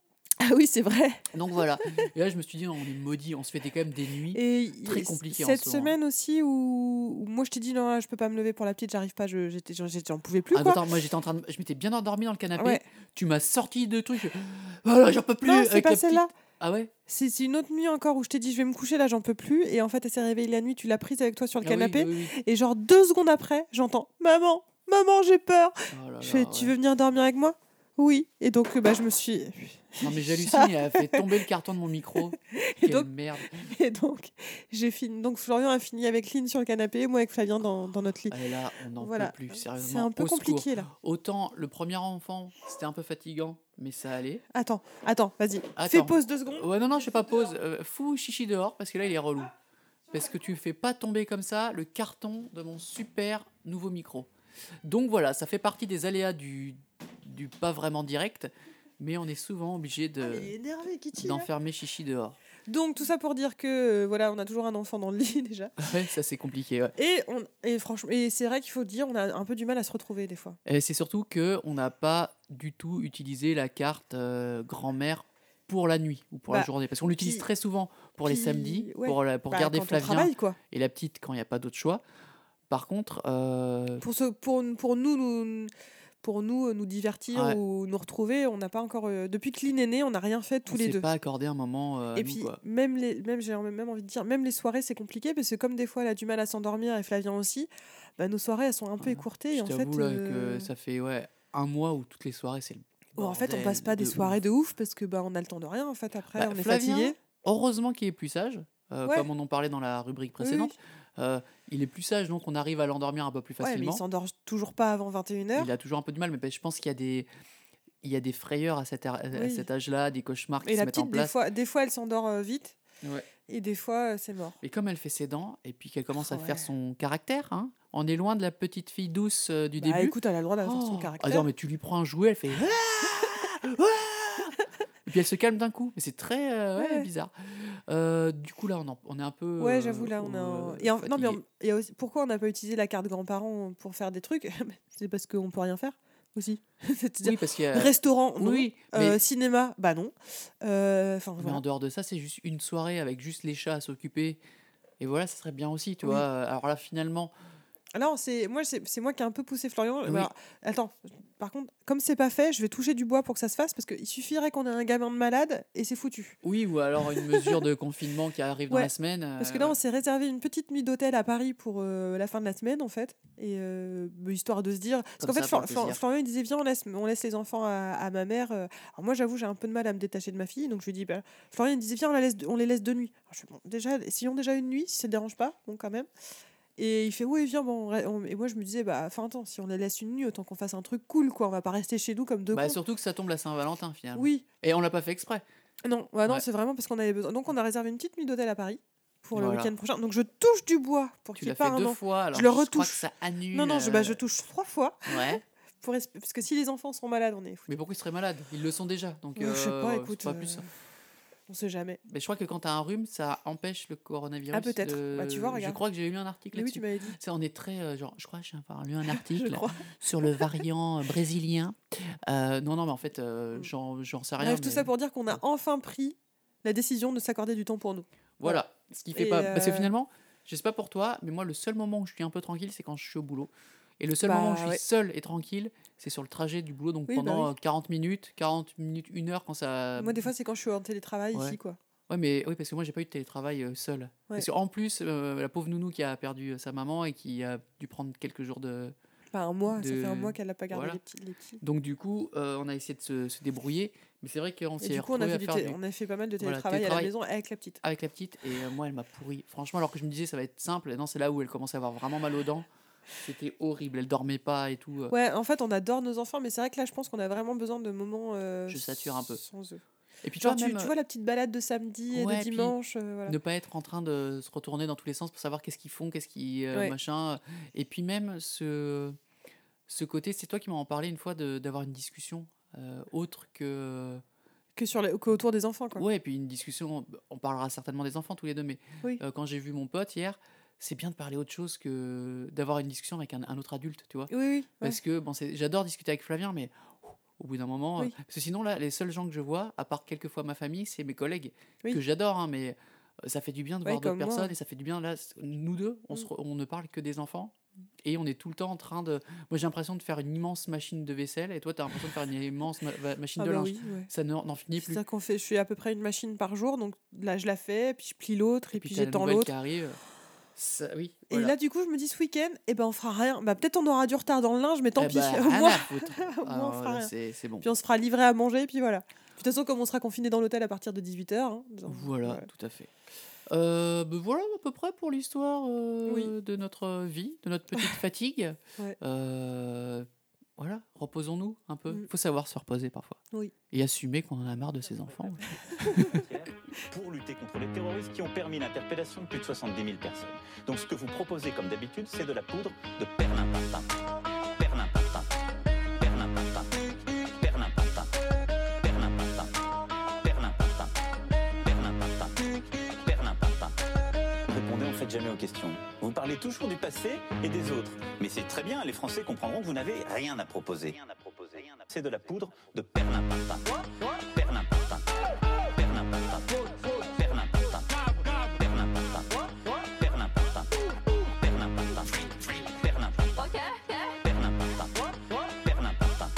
S1: Ah oui, c'est vrai.
S2: Donc voilà. Et là, je me suis dit, non, on est maudits. On se fait des- quand même des nuits.
S1: Et
S2: Très
S1: et
S2: compliqué en
S1: cette
S2: ce moment.
S1: semaine aussi où, où moi je t'ai dit non, je peux pas me lever pour la petite, j'arrive pas, je j'étais j'en- j'étais- j'en pouvais plus
S2: Ah,
S1: quoi.
S2: attends, moi j'étais en train de... Je m'étais bien endormi dans le canapé.
S1: Ouais.
S2: Tu m'as sorti de trucs. Voilà, j'en peux plus.
S1: Non, c'est
S2: avec
S1: pas
S2: la petite-
S1: celle-là.
S2: Ah ouais?
S1: C'est c'est une autre nuit encore où je t'ai dit je vais me coucher là, j'en peux plus. Et en fait, elle s'est réveillée la nuit, tu l'as prise avec toi sur le
S2: Ah oui,
S1: canapé.
S2: oui, oui.
S1: Et genre deux secondes après, j'entends maman, maman, j'ai peur.
S2: Oh là
S1: Je fais
S2: là,
S1: tu
S2: ouais.
S1: veux venir dormir avec moi? Oui. Et donc euh, bah je me suis.
S2: Non mais j'hallucine, il a fait tomber le carton de mon micro.
S1: Et
S2: Quelle
S1: donc,
S2: merde.
S1: et donc j'ai fini. Donc Florian a fini avec Lynn sur le canapé, moi avec Flavien dans, dans notre lit.
S2: Et là, on n'en
S1: Voilà.
S2: peut plus, sérieusement.
S1: C'est un peu
S2: Au secours.
S1: compliqué là.
S2: Autant le premier enfant, c'était un peu fatigant, mais ça allait.
S1: Attends, attends, vas-y.
S2: Attends.
S1: Fais pause deux secondes.
S2: Ouais, non, non, je fais pas pause. Euh, fous chichi dehors, parce que là, il est relou. Parce que tu fais pas tomber comme ça le carton de mon super nouveau micro. Donc voilà, ça fait partie des aléas du, du pas vraiment direct, mais on est souvent obligé de,
S1: Elle est énervée, Kitty. là.
S2: d'enfermer chichi dehors.
S1: Donc tout ça pour dire que euh, voilà, on a toujours un enfant dans le lit déjà.
S2: Ouais, ça c'est compliqué. Ouais.
S1: Et on et franchement et c'est vrai qu'il faut dire on a un peu du mal à se retrouver des fois.
S2: Et c'est surtout que on n'a pas du tout utilisé la carte euh, grand-mère pour la nuit ou pour la
S1: Bah,
S2: journée, parce qu'on l'utilise
S1: puis-
S2: très souvent pour les
S1: puis,
S2: samedis,
S1: ouais,
S2: pour, la- pour
S1: Bah,
S2: garder
S1: quand on
S2: Flavien
S1: travaille quoi.
S2: et la petite quand il n'y a pas d'autre choix. Par contre, euh,
S1: Pour ce pour pour nous nous pour nous euh, nous divertir
S2: Ouais.
S1: ou nous retrouver, on n'a pas encore euh, depuis que Lynn est née, on n'a rien fait tous
S2: on
S1: les
S2: s'est
S1: deux.
S2: pas accordé un moment euh, à
S1: Et
S2: nous,
S1: puis
S2: quoi.
S1: même les même j'ai même envie de dire même les soirées c'est compliqué parce que comme des fois elle a du mal à s'endormir et Flavien aussi, bah, nos soirées elles sont un peu
S2: Ouais.
S1: écourtées et
S2: Je
S1: en fait
S2: t'avoue là
S1: euh,
S2: que ça fait ouais, un mois où toutes les soirées c'est le
S1: bon, en fait on
S2: bordel
S1: passe pas des
S2: de
S1: soirées
S2: ouf.
S1: de ouf parce que bah on a le temps de rien en fait après
S2: Bah,
S1: on est
S2: Flavien,
S1: fatigué.
S2: heureusement qu'il est plus sage, euh,
S1: Ouais.
S2: comme on en parlait dans la rubrique
S1: Oui,
S2: précédente.
S1: oui.
S2: Euh, il est plus sage, donc on arrive à l'endormir un peu plus
S1: Ouais, mais
S2: facilement.
S1: il s'endort toujours pas avant vingt et une heures.
S2: Il a toujours un peu de mal, mais je pense qu'il y a des, il y a des frayeurs à cet, à
S1: Oui.
S2: cet âge-là, des cauchemars qui
S1: Et
S2: se
S1: la
S2: mettent en
S1: petite, des
S2: place.
S1: fois, des fois, elle s'endort euh, vite,
S2: Ouais.
S1: et des fois, euh, c'est mort.
S2: Et comme elle fait ses dents, et puis qu'elle commence à
S1: Oh,
S2: faire
S1: ouais.
S2: son caractère, hein, on est loin de la petite fille douce euh, du
S1: Bah
S2: début.
S1: écoute, elle a le droit d'avoir son
S2: Oh,
S1: caractère.
S2: attends, mais tu lui prends un jouet, elle fait. Ah Ah et puis elle se calme d'un coup. Mais c'est très euh, ouais,
S1: Ouais.
S2: bizarre. Euh, du coup, là, on, en- on est un peu.
S1: Ouais,
S2: euh,
S1: j'avoue, là, on a. un-
S2: euh,
S1: Et en- Non, mais
S2: fatigué.
S1: on- il y a aussi... pourquoi on n'a pas utilisé la carte grands-parents pour faire des trucs? C'est parce qu'on peut rien faire aussi. C'est-à-dire,
S2: Oui, parce qu'il y a.
S1: restaurant, non.
S2: Oui,
S1: Euh,
S2: mais,
S1: cinéma, bah non. Euh, Enfin,
S2: mais
S1: voilà.
S2: en dehors de ça, c'est juste une soirée avec juste les chats à s'occuper. Et voilà, ça serait bien aussi, tu
S1: Oui.
S2: vois. Alors là, finalement.
S1: Alors, c'est moi, c'est c'est moi qui ai un peu poussé Florian.
S2: Oui.
S1: Alors, attends, par contre, comme c'est pas fait, je vais toucher du bois pour que ça se fasse parce qu'il suffirait qu'on ait un gamin de malade et c'est foutu.
S2: Oui, ou alors une mesure de confinement qui arrive dans
S1: Ouais,
S2: la semaine.
S1: Parce que
S2: euh,
S1: là, on
S2: ouais.
S1: s'est réservé une petite nuit d'hôtel à Paris pour euh, la fin de la semaine, en fait. Et euh, bah, histoire de se dire. Parce
S2: Comme
S1: qu'en fait,
S2: ça, pour
S1: Flor-
S2: le
S1: Flor-
S2: plaisir.
S1: Florian, il disait viens, on laisse, on laisse les enfants à, à ma mère. euh. Alors, moi, j'avoue, j'ai un peu de mal à me détacher de ma fille. Donc, je lui dis bah, Florian, il disait viens, on, la laisse, on les laisse deux nuits. Alors, je fais, bon, déjà, essayons déjà une nuit, si ça ne dérange pas. Bon, quand même. Et il fait oui, viens, bon. on re- on- Et moi, je me disais bah, enfin, attends, si on les laisse une nuit, autant qu'on fasse un truc cool, quoi. On va pas rester chez nous comme deux
S2: Bah,
S1: cons.
S2: surtout que ça tombe la Saint-Valentin, finalement.
S1: Oui.
S2: Et on l'a pas fait exprès.
S1: Non, bah non,
S2: Ouais.
S1: c'est vraiment parce qu'on avait besoin. Donc, on a réservé une petite nuit d'hôtel à Paris pour le
S2: Voilà.
S1: week-end prochain. Donc, je touche du bois pour
S2: Tu
S1: qu'il n'y
S2: l'as
S1: ait pas
S2: fait
S1: un
S2: deux
S1: an.
S2: fois, alors
S1: je le
S2: crois
S1: retouche.
S2: que ça annule.
S1: Non, non, je, bah, je
S2: euh,
S1: touche trois fois.
S2: Ouais.
S1: Pour es- Parce que si les enfants sont malades, on est foutus.
S2: Mais pourquoi ils seraient malades? Ils le sont déjà. Donc,
S1: Ouais, je sais pas,
S2: euh,
S1: écoute.
S2: c'est pas
S1: euh,
S2: plus.
S1: On sait jamais.
S2: Mais je crois que quand tu as un rhume, ça empêche le coronavirus.
S1: Ah, peut-être.
S2: de-
S1: Bah, tu vois,
S2: Je
S1: regarde.
S2: crois que j'ai lu un article
S1: Mais oui,
S2: là-dessus.
S1: tu m'avais dit.
S2: Ça, on est très. euh, genre, je crois que j'ai avoir lu un
S1: Je
S2: article
S1: crois.
S2: sur le variant euh, brésilien. Euh, non, non, mais en fait, euh,
S1: Mm.
S2: j'en j'en sais rien.
S1: Bref, tout
S2: mais
S1: ça pour dire qu'on a enfin pris la décision de s'accorder du temps pour nous.
S2: Voilà. Ce qui fait
S1: Et
S2: pas. Parce que
S1: euh,
S2: finalement, je sais pas pour toi, mais moi, le seul moment où je suis un peu tranquille, c'est quand je suis au boulot. Et le seul
S1: Bah,
S2: moment où je suis
S1: ouais.
S2: seul et tranquille, c'est sur le trajet du boulot. Donc
S1: Oui, bah
S2: pendant
S1: oui.
S2: euh, quarante minutes, quarante minutes, une heure, quand ça.
S1: Moi, des fois, c'est quand je suis en télétravail
S2: Ouais.
S1: ici, quoi.
S2: Ouais, mais oui, parce que moi, j'ai pas eu de télétravail euh, seul.
S1: Ouais.
S2: Parce qu'en plus, euh, la pauvre nounou qui a perdu euh, sa maman et qui a dû prendre quelques jours de.
S1: Enfin, un mois, ça
S2: De-
S1: fait un mois qu'elle n'a pas gardé
S2: voilà.
S1: les petits. Les petits.
S2: Donc, du coup, euh, on a essayé de se, se débrouiller. Mais c'est vrai qu'on
S1: Et
S2: s'est
S1: du coup, on a,
S2: retrouvé
S1: fait
S2: à
S1: du
S2: faire
S1: té-
S2: du-
S1: on a fait pas mal de
S2: Voilà,
S1: télétravail à la
S2: télétravail.
S1: maison avec la petite.
S2: avec la petite. Et euh, moi, elle m'a pourri. Franchement, alors que je me disais, ça va être simple. Et non, c'est là où elle commençait à avoir vraiment mal aux dents. C'était horrible. Elle dormait pas et tout. euh.
S1: Ouais, en fait, on adore nos enfants, mais c'est vrai que là, je pense qu'on a vraiment besoin de moments euh,
S2: Je sature un peu.
S1: sans eux.
S2: Et puis, tu
S1: Genre,
S2: vois,
S1: tu,
S2: même
S1: tu vois la petite balade de samedi
S2: Ouais,
S1: et de
S2: puis
S1: dimanche, euh, voilà.
S2: ne pas être en train de se retourner dans tous les sens pour savoir qu'est-ce qu'ils font, qu'est-ce qui euh,
S1: Ouais.
S2: machin. Et puis même ce, ce côté, c'est toi qui m'en en parlais une fois de- d'avoir une discussion euh, autre que.
S1: Que sur les, que autour des enfants, quoi.
S2: Ouais, et puis une discussion, on parlera certainement des enfants tous les deux, mais
S1: Oui.
S2: euh, quand j'ai vu mon pote hier, c'est bien de parler autre chose que d'avoir une discussion avec un, un autre adulte, tu vois.
S1: Oui, oui. ouais.
S2: Parce que bon, c'est- j'adore discuter avec Flavien, mais ouf, au bout d'un moment,
S1: Oui.
S2: euh, parce que sinon là, les seuls gens que je vois, à part quelques fois ma famille, c'est mes collègues
S1: Oui.
S2: que j'adore, hein, mais euh, ça fait du bien de
S1: Ouais,
S2: voir d'autres
S1: comme moi.
S2: personnes et ça fait du bien là. c- Nous deux, on,
S1: Mm.
S2: se re- on ne parle que des enfants et on est tout le temps en train de. Moi, j'ai l'impression de faire une immense machine de vaisselle et toi, tu as l'impression de faire une immense ma- va- machine
S1: Ah
S2: de
S1: bah
S2: linge.
S1: oui, ouais.
S2: Ça ne- n'en finit
S1: C'est
S2: plus.
S1: ça qu'on fait. Je fais à peu près une machine par jour, donc là, je la fais, puis je plie l'autre, et,
S2: Et
S1: puis,
S2: puis t'as la
S1: j'étends
S2: nouvelle
S1: l'autre.
S2: qui arrive. Ça, oui.
S1: Et
S2: voilà.
S1: là, du coup, je me dis ce week-end, eh ben, on fera rien. Bah, peut-être on aura du retard dans le linge, mais tant
S2: Eh
S1: pis.
S2: bah,
S1: Au
S2: rien
S1: moins,
S2: à foutre.
S1: au moins, on
S2: Alors,
S1: fera
S2: là,
S1: rien.
S2: c'est c'est bon.
S1: Puis on se fera livrer à manger, puis voilà. Puis, de toute façon, comme on sera confiné dans l'hôtel à partir de dix-huit heures.
S2: Voilà, tout à fait. Euh, ben voilà à peu près pour l'histoire euh,
S1: Oui.
S2: de notre vie, de notre petite fatigue.
S1: Ouais.
S2: Euh, voilà, reposons-nous un peu. Il
S1: Mm.
S2: faut savoir se reposer parfois.
S1: Oui.
S2: Et assumer qu'on en a marre de ses enfants.
S7: Pour lutter contre les terroristes qui ont permis l'interpellation de plus de soixante-dix mille personnes. Donc ce que vous proposez comme d'habitude, c'est de la poudre de perlimpinpin. Perlimpinpin. Perlimpinpin. Perlimpinpin. Perlimpinpin. Perlimpinpin. Perlimpinpin. Perlimpinpin. Répondez en fait jamais aux questions. Vous parlez toujours du passé et des autres. Mais c'est très bien, les Français comprendront que vous n'avez rien à proposer. Rien à proposer. C'est de la poudre de perlimpinpin. Perlimpinpin. Perlimpinpin. Perlimpinpin. Perlimpinpin. Perlimpinpin. Perlimpinpin. Perlimpinpin. Perlimpinpin. Perlimpinpin.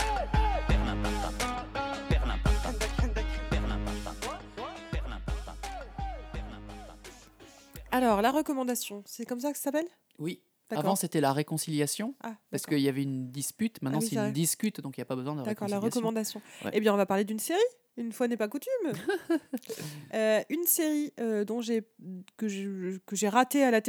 S1: Alors, la recommandation, c'est comme ça que ça s'appelle?
S2: Oui.
S1: D'accord.
S2: Avant, c'était la réconciliation,
S1: Ah,
S2: parce
S1: d'accord.
S2: qu'il y avait une dispute. Maintenant,
S1: Ah oui,
S2: c'est
S1: c'est
S2: une
S1: vrai.
S2: discute, donc il n'y a pas besoin de
S1: D'accord, la
S2: réconciliation.
S1: recommandation.
S2: Ouais.
S1: Eh bien, on va parler d'une série, une fois n'est pas coutume. Euh, une série euh, dont j'ai que j'ai que j'ai ratée à la télé, qu'on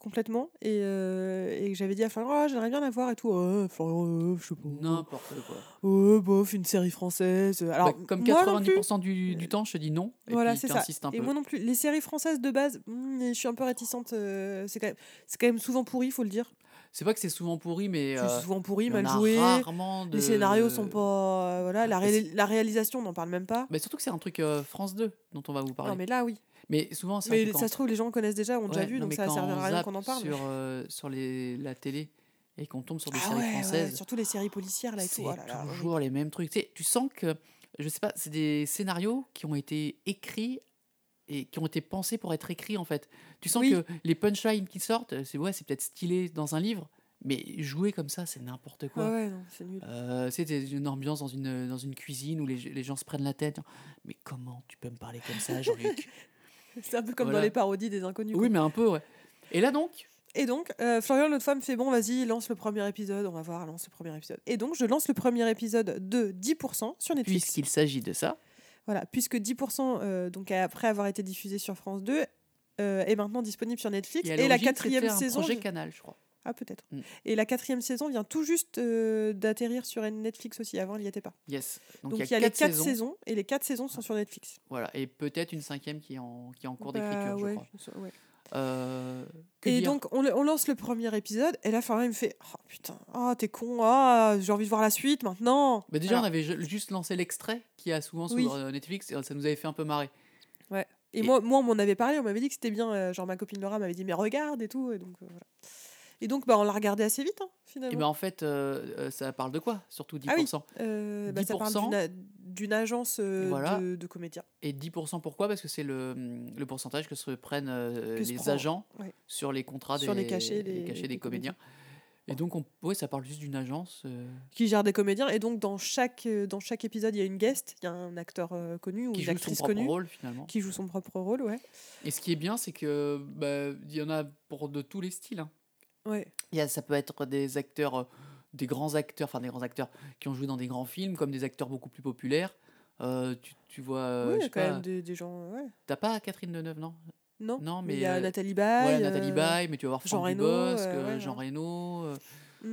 S1: complètement et, euh, et que j'avais dit à Florian, oh, j'aimerais bien la voir et tout. Oh, Florian, euh, je sais pas.
S2: N'importe quoi.
S1: Oh, bof, une série française. Alors,
S2: Bah, comme
S1: moi non
S2: quatre-vingt-dix
S1: plus.
S2: pour cent du, du temps, je te dis non. Et
S1: Voilà,
S2: puis
S1: c'est
S2: tu
S1: ça.
S2: insistes un
S1: Et
S2: peu.
S1: moi non plus. Les séries françaises de base, hmm, je suis un peu réticente. euh, c'est, quand même, c'est quand même souvent pourri, faut le dire.
S2: C'est pas que c'est souvent pourri, mais
S1: C'est
S2: euh,
S1: souvent pourri,
S2: il y en
S1: mal
S2: a
S1: joué.
S2: rarement de.
S1: Les scénarios sont pas. euh, voilà, la,
S2: Mais
S1: ré- la réalisation, on n'en parle même pas.
S2: Mais surtout que c'est un truc euh, France deux dont on va vous parler.
S1: Non, mais là, oui.
S2: Mais souvent, c'est vrai
S1: Mais
S2: que quand...
S1: ça se trouve, les gens connaissent déjà, ont
S2: Ouais,
S1: déjà vu,
S2: non,
S1: donc
S2: mais
S1: ça ne
S2: quand
S1: servira
S2: on
S1: à rien
S2: zappe
S1: qu'on en parle.
S2: sur, euh, sur les, la télé et qu'on tombe sur des
S1: Ah
S2: séries
S1: ouais, ouais,
S2: françaises,
S1: surtout les séries policières là et
S2: c'est
S1: tout. Oh là là,
S2: toujours les mêmes trucs. Tu sais, tu sens que, je sais pas, c'est des scénarios qui ont été écrits et qui ont été pensés pour être écrits en fait. Tu sens
S1: Oui.
S2: que les punchlines qui sortent, c'est ouais, c'est peut-être stylé dans un livre, mais jouer comme ça, c'est n'importe quoi.
S1: Ah ouais, non, c'est nul.
S2: Euh, c'est une ambiance dans une, dans une cuisine où les, les gens se prennent la tête. Mais comment tu peux me parler comme ça, Jean-Luc?
S1: C'est un peu comme
S2: Voilà.
S1: dans les parodies des inconnus. quoi.
S2: Oui, mais un peu, ouais. Et là donc,
S1: Et donc, euh, Florian, l'autre fois, me fait bon, vas-y, lance le premier épisode, on va voir, lance le premier épisode. Et donc, je lance le premier épisode de dix pour cent sur Netflix.
S2: puisqu'il s'agit de ça,
S1: Voilà, puisque dix pour cent, euh, donc après avoir été diffusé sur France deux, euh, est maintenant disponible sur Netflix.
S2: et, à
S1: Et la
S2: l'origine,
S1: quatrième
S2: c'était un
S1: saison.
S2: projet Canal, je crois.
S1: Ah, peut-être.
S2: Mm.
S1: Et la quatrième saison vient tout juste euh, d'atterrir sur Netflix aussi. Avant, il n'y était pas.
S2: Yes.
S1: Donc,
S2: Donc,
S1: il y a les
S2: quatre
S1: quatre
S2: saisons.
S1: saisons. Et les quatre saisons sont sur Netflix.
S2: Voilà, et peut-être une cinquième qui est en, qui est en cours
S1: Bah,
S2: d'écriture,
S1: ouais,
S2: je crois.
S1: ça- ouais.
S2: Euh, que
S1: Et
S2: dire
S1: donc, on, le- on lance le premier épisode. Et là, Florian, il me fait oh putain, oh, t'es con, ah, j'ai envie de voir la suite maintenant.
S2: Bah déjà,
S1: Alors,
S2: on avait ju- juste lancé l'extrait qui a souvent sur
S1: Oui.
S2: euh, Netflix, et ça nous avait fait un peu marrer.
S1: Ouais. Et,
S2: Et-
S1: moi, moi, on m'en avait parlé, on m'avait dit que c'était bien. euh, genre, ma copine Laura m'avait dit, mais regarde et tout. Et donc, euh, voilà. Et donc, bah, on l'a regardé assez vite, hein, finalement.
S2: Et ben en fait, euh, euh, ça parle de quoi? Surtout dix
S1: Ah oui.
S2: pour cent.
S1: Euh, bah, ça parle
S2: dix pour cent.
S1: d'une a- d'une agence euh,
S2: Voilà.
S1: de, de comédiens.
S2: Et dix pour cent pourquoi? Parce que c'est le, le pourcentage que se prennent euh,
S1: Que se
S2: les
S1: prend-
S2: agents
S1: ouais.
S2: sur les contrats
S1: Sur
S2: des,
S1: les cachets
S2: les
S1: des-
S2: cachets des
S1: des
S2: comédiens. Et donc, on, ouais, ça parle juste d'une agence. euh,
S1: Qui gère des comédiens. Et donc, dans chaque, euh, dans chaque épisode, il y a une guest, il y a un acteur euh, connu ou
S2: qui
S1: une
S2: joue son
S1: actrice
S2: propre
S1: connue
S2: rôle finalement.
S1: qui joue son propre rôle, ouais.
S2: Et ce qui est bien, c'est que bah, il y en a pour de tous les styles. hein.
S1: Ouais.
S2: Il y a, ça peut être des acteurs, euh, des grands acteurs, enfin des grands acteurs qui ont joué dans des grands films, comme des acteurs beaucoup plus populaires. Euh, tu, tu vois, euh,
S1: oui,
S2: je
S1: il y a
S2: sais
S1: quand
S2: pas,
S1: même des, des gens. Ouais.
S2: t'as pas Catherine Deneuve, non?
S1: Non,
S2: Non,
S1: mais il
S2: mais,
S1: y a
S2: euh,
S1: Nathalie Baye.
S2: Voilà, Nathalie
S1: euh,
S2: Baye, mais tu vas voir
S1: Jean
S2: Franck
S1: Reno,
S2: Dubosc,
S1: euh,
S2: euh,
S1: ouais,
S2: Jean
S1: ouais.
S2: Reno. euh,
S1: Mm.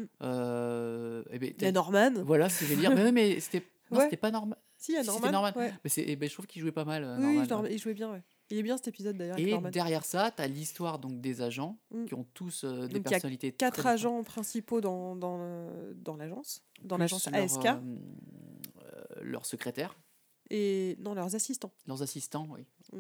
S2: euh, eh ben,
S1: Il y a
S2: t'as-
S1: Norman.
S2: Voilà, c'est ce que je veux dire. Mais, ouais, mais c'était, non,
S1: Ouais.
S2: c'était pas normal.
S1: Si, il y a
S2: Si, c'était
S1: Norman.
S2: Norman.
S1: Ouais.
S2: Mais c'est, eh ben, je trouve qu'il jouait pas mal. euh,
S1: Oui,
S2: Norman,
S1: oui, Norman,
S2: ouais.
S1: il jouait bien. Ouais. Il est bien cet épisode d'ailleurs. avec
S2: Et
S1: Norman.
S2: derrière ça, tu as l'histoire donc des agents
S1: Mm.
S2: qui ont tous euh, des
S1: Donc, il y a
S2: personnalités. très
S1: Quatre
S2: différentes.
S1: agents principaux dans, dans, le- dans l'agence, dans
S2: Plus
S1: l'agence
S2: leur,
S1: A S K,
S2: euh, euh, leurs secrétaires,
S1: et non, leurs assistants.
S2: leurs assistants, oui.
S1: Mm.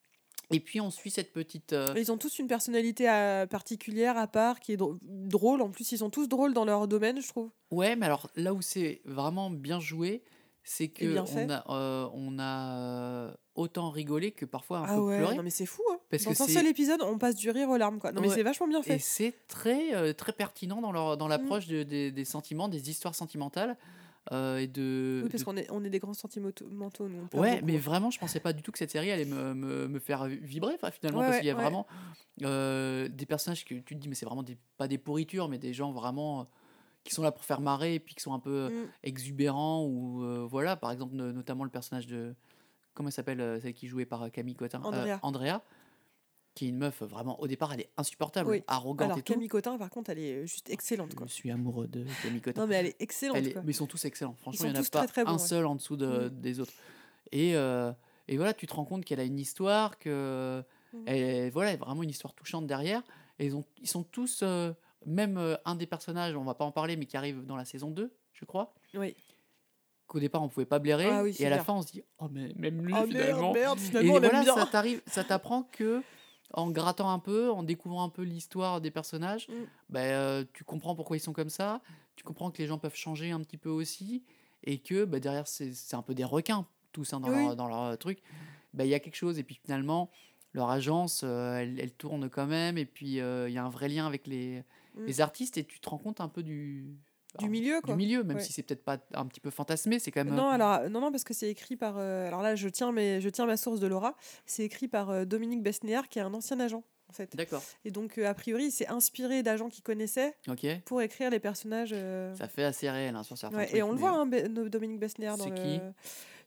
S2: Et puis on suit cette petite. euh,
S1: Et ils ont tous une personnalité à- particulière, à part, qui est dr- drôle. En plus, ils sont tous drôles dans leur domaine, je trouve.
S2: Ouais, mais alors là où c'est vraiment bien joué, c'est que
S1: bien fait.
S2: on a, euh, on a euh, autant rigolé que parfois un
S1: Ah
S2: peu
S1: ouais,
S2: pleuré.
S1: non mais c'est fou. Hein.
S2: Parce
S1: Dans
S2: que
S1: un
S2: c'est-
S1: seul épisode, on passe du rire aux larmes, quoi. Non mais
S2: Ouais.
S1: c'est vachement bien
S2: Et
S1: fait.
S2: c'est très, euh, très pertinent dans, leur, dans l'approche de- des- des sentiments, des histoires sentimentales. euh, et de,
S1: Oui, parce
S2: de-
S1: qu'on est, on est des grands sentimentaux, mentaux, nous. On pleure
S2: Ouais,
S1: beaucoup.
S2: mais vraiment, je pensais pas du tout que cette série allait me, me, me faire vibrer, enfin, finalement,
S1: Ouais,
S2: parce
S1: ouais,
S2: qu'il y a
S1: ouais.
S2: vraiment euh, des personnages que tu te dis, mais c'est vraiment des, pas des pourritures, mais des gens vraiment euh, qui sont là pour faire marrer et puis qui sont un peu
S1: Mm.
S2: exubérants ou euh, voilà, par exemple, no- notamment le personnage de comment elle s'appelle, euh, celle qui est jouée par euh, Camille Cotin, euh,
S1: Andrea.
S2: Andrea, qui est une meuf euh, vraiment au départ, elle est insupportable,
S1: Oui.
S2: arrogante
S1: Alors
S2: et tout.
S1: Camille Cotin, par contre, elle est juste excellente,
S2: Je
S1: quoi.
S2: suis amoureux de Camille Cotin.
S1: Non mais elle est excellente,
S2: Elle est-
S1: quoi.
S2: mais ils sont tous excellents. Franchement,
S1: sont
S2: il n'y en a
S1: tous
S2: pas
S1: très, très bons,
S2: un
S1: ouais.
S2: seul en dessous de,
S1: Mm.
S2: des autres. Et, euh, et voilà, tu te rends compte qu'elle a une histoire, que
S1: Mm.
S2: elle, voilà, elle a vraiment une histoire touchante derrière. Et ils, ont, ils sont tous, euh, même euh, un des personnages, on va pas en parler, mais qui arrive dans la saison deux, je crois,
S1: Oui.
S2: qu'au départ on pouvait pas blairer.
S1: Ah oui,
S2: et
S1: c'est
S2: à la
S1: clair.
S2: fin, on se dit, oh, mais même lui,
S1: Oh
S2: finalement.
S1: merde, merde,
S2: Et
S1: finalement, on
S2: voilà,
S1: aime bien.
S2: ça t'arrive, ça t'apprend que en grattant un peu, en découvrant un peu l'histoire des personnages,
S1: Mm.
S2: ben, euh, tu comprends pourquoi ils sont comme ça, tu comprends que les gens peuvent changer un petit peu aussi, et que ben, derrière, c'est c'est un peu des requins, tous hein, dans,
S1: Oui.
S2: leur, dans leur truc. Ben, il y a quelque chose, et puis finalement, leur agence, euh, elle, elle tourne quand même, et puis euh, il y a un vrai lien avec les,
S1: Mm.
S2: les artistes, et tu te rends compte un peu du...
S1: Du milieu, quoi.
S2: Du milieu, même
S1: Ouais.
S2: si c'est peut-être pas un petit peu fantasmé, c'est quand même...
S1: Non, alors, euh, non, non, parce que c'est écrit par. euh, alors là, je tiens, mes, je tiens ma source de Laura. C'est écrit par euh, Dominique Besnéard, qui est un ancien agent, en fait.
S2: D'accord,
S1: Et donc, euh, a priori, il s'est inspiré d'agents qu'il connaissait
S2: ok.
S1: pour écrire les personnages. euh,
S2: Ça fait assez réel hein, sur certains
S1: ouais,
S2: trucs.
S1: et on le
S2: mais-
S1: voit, hein, Be- no- Dominique Besnéard dans
S2: C'est
S1: le.
S2: qui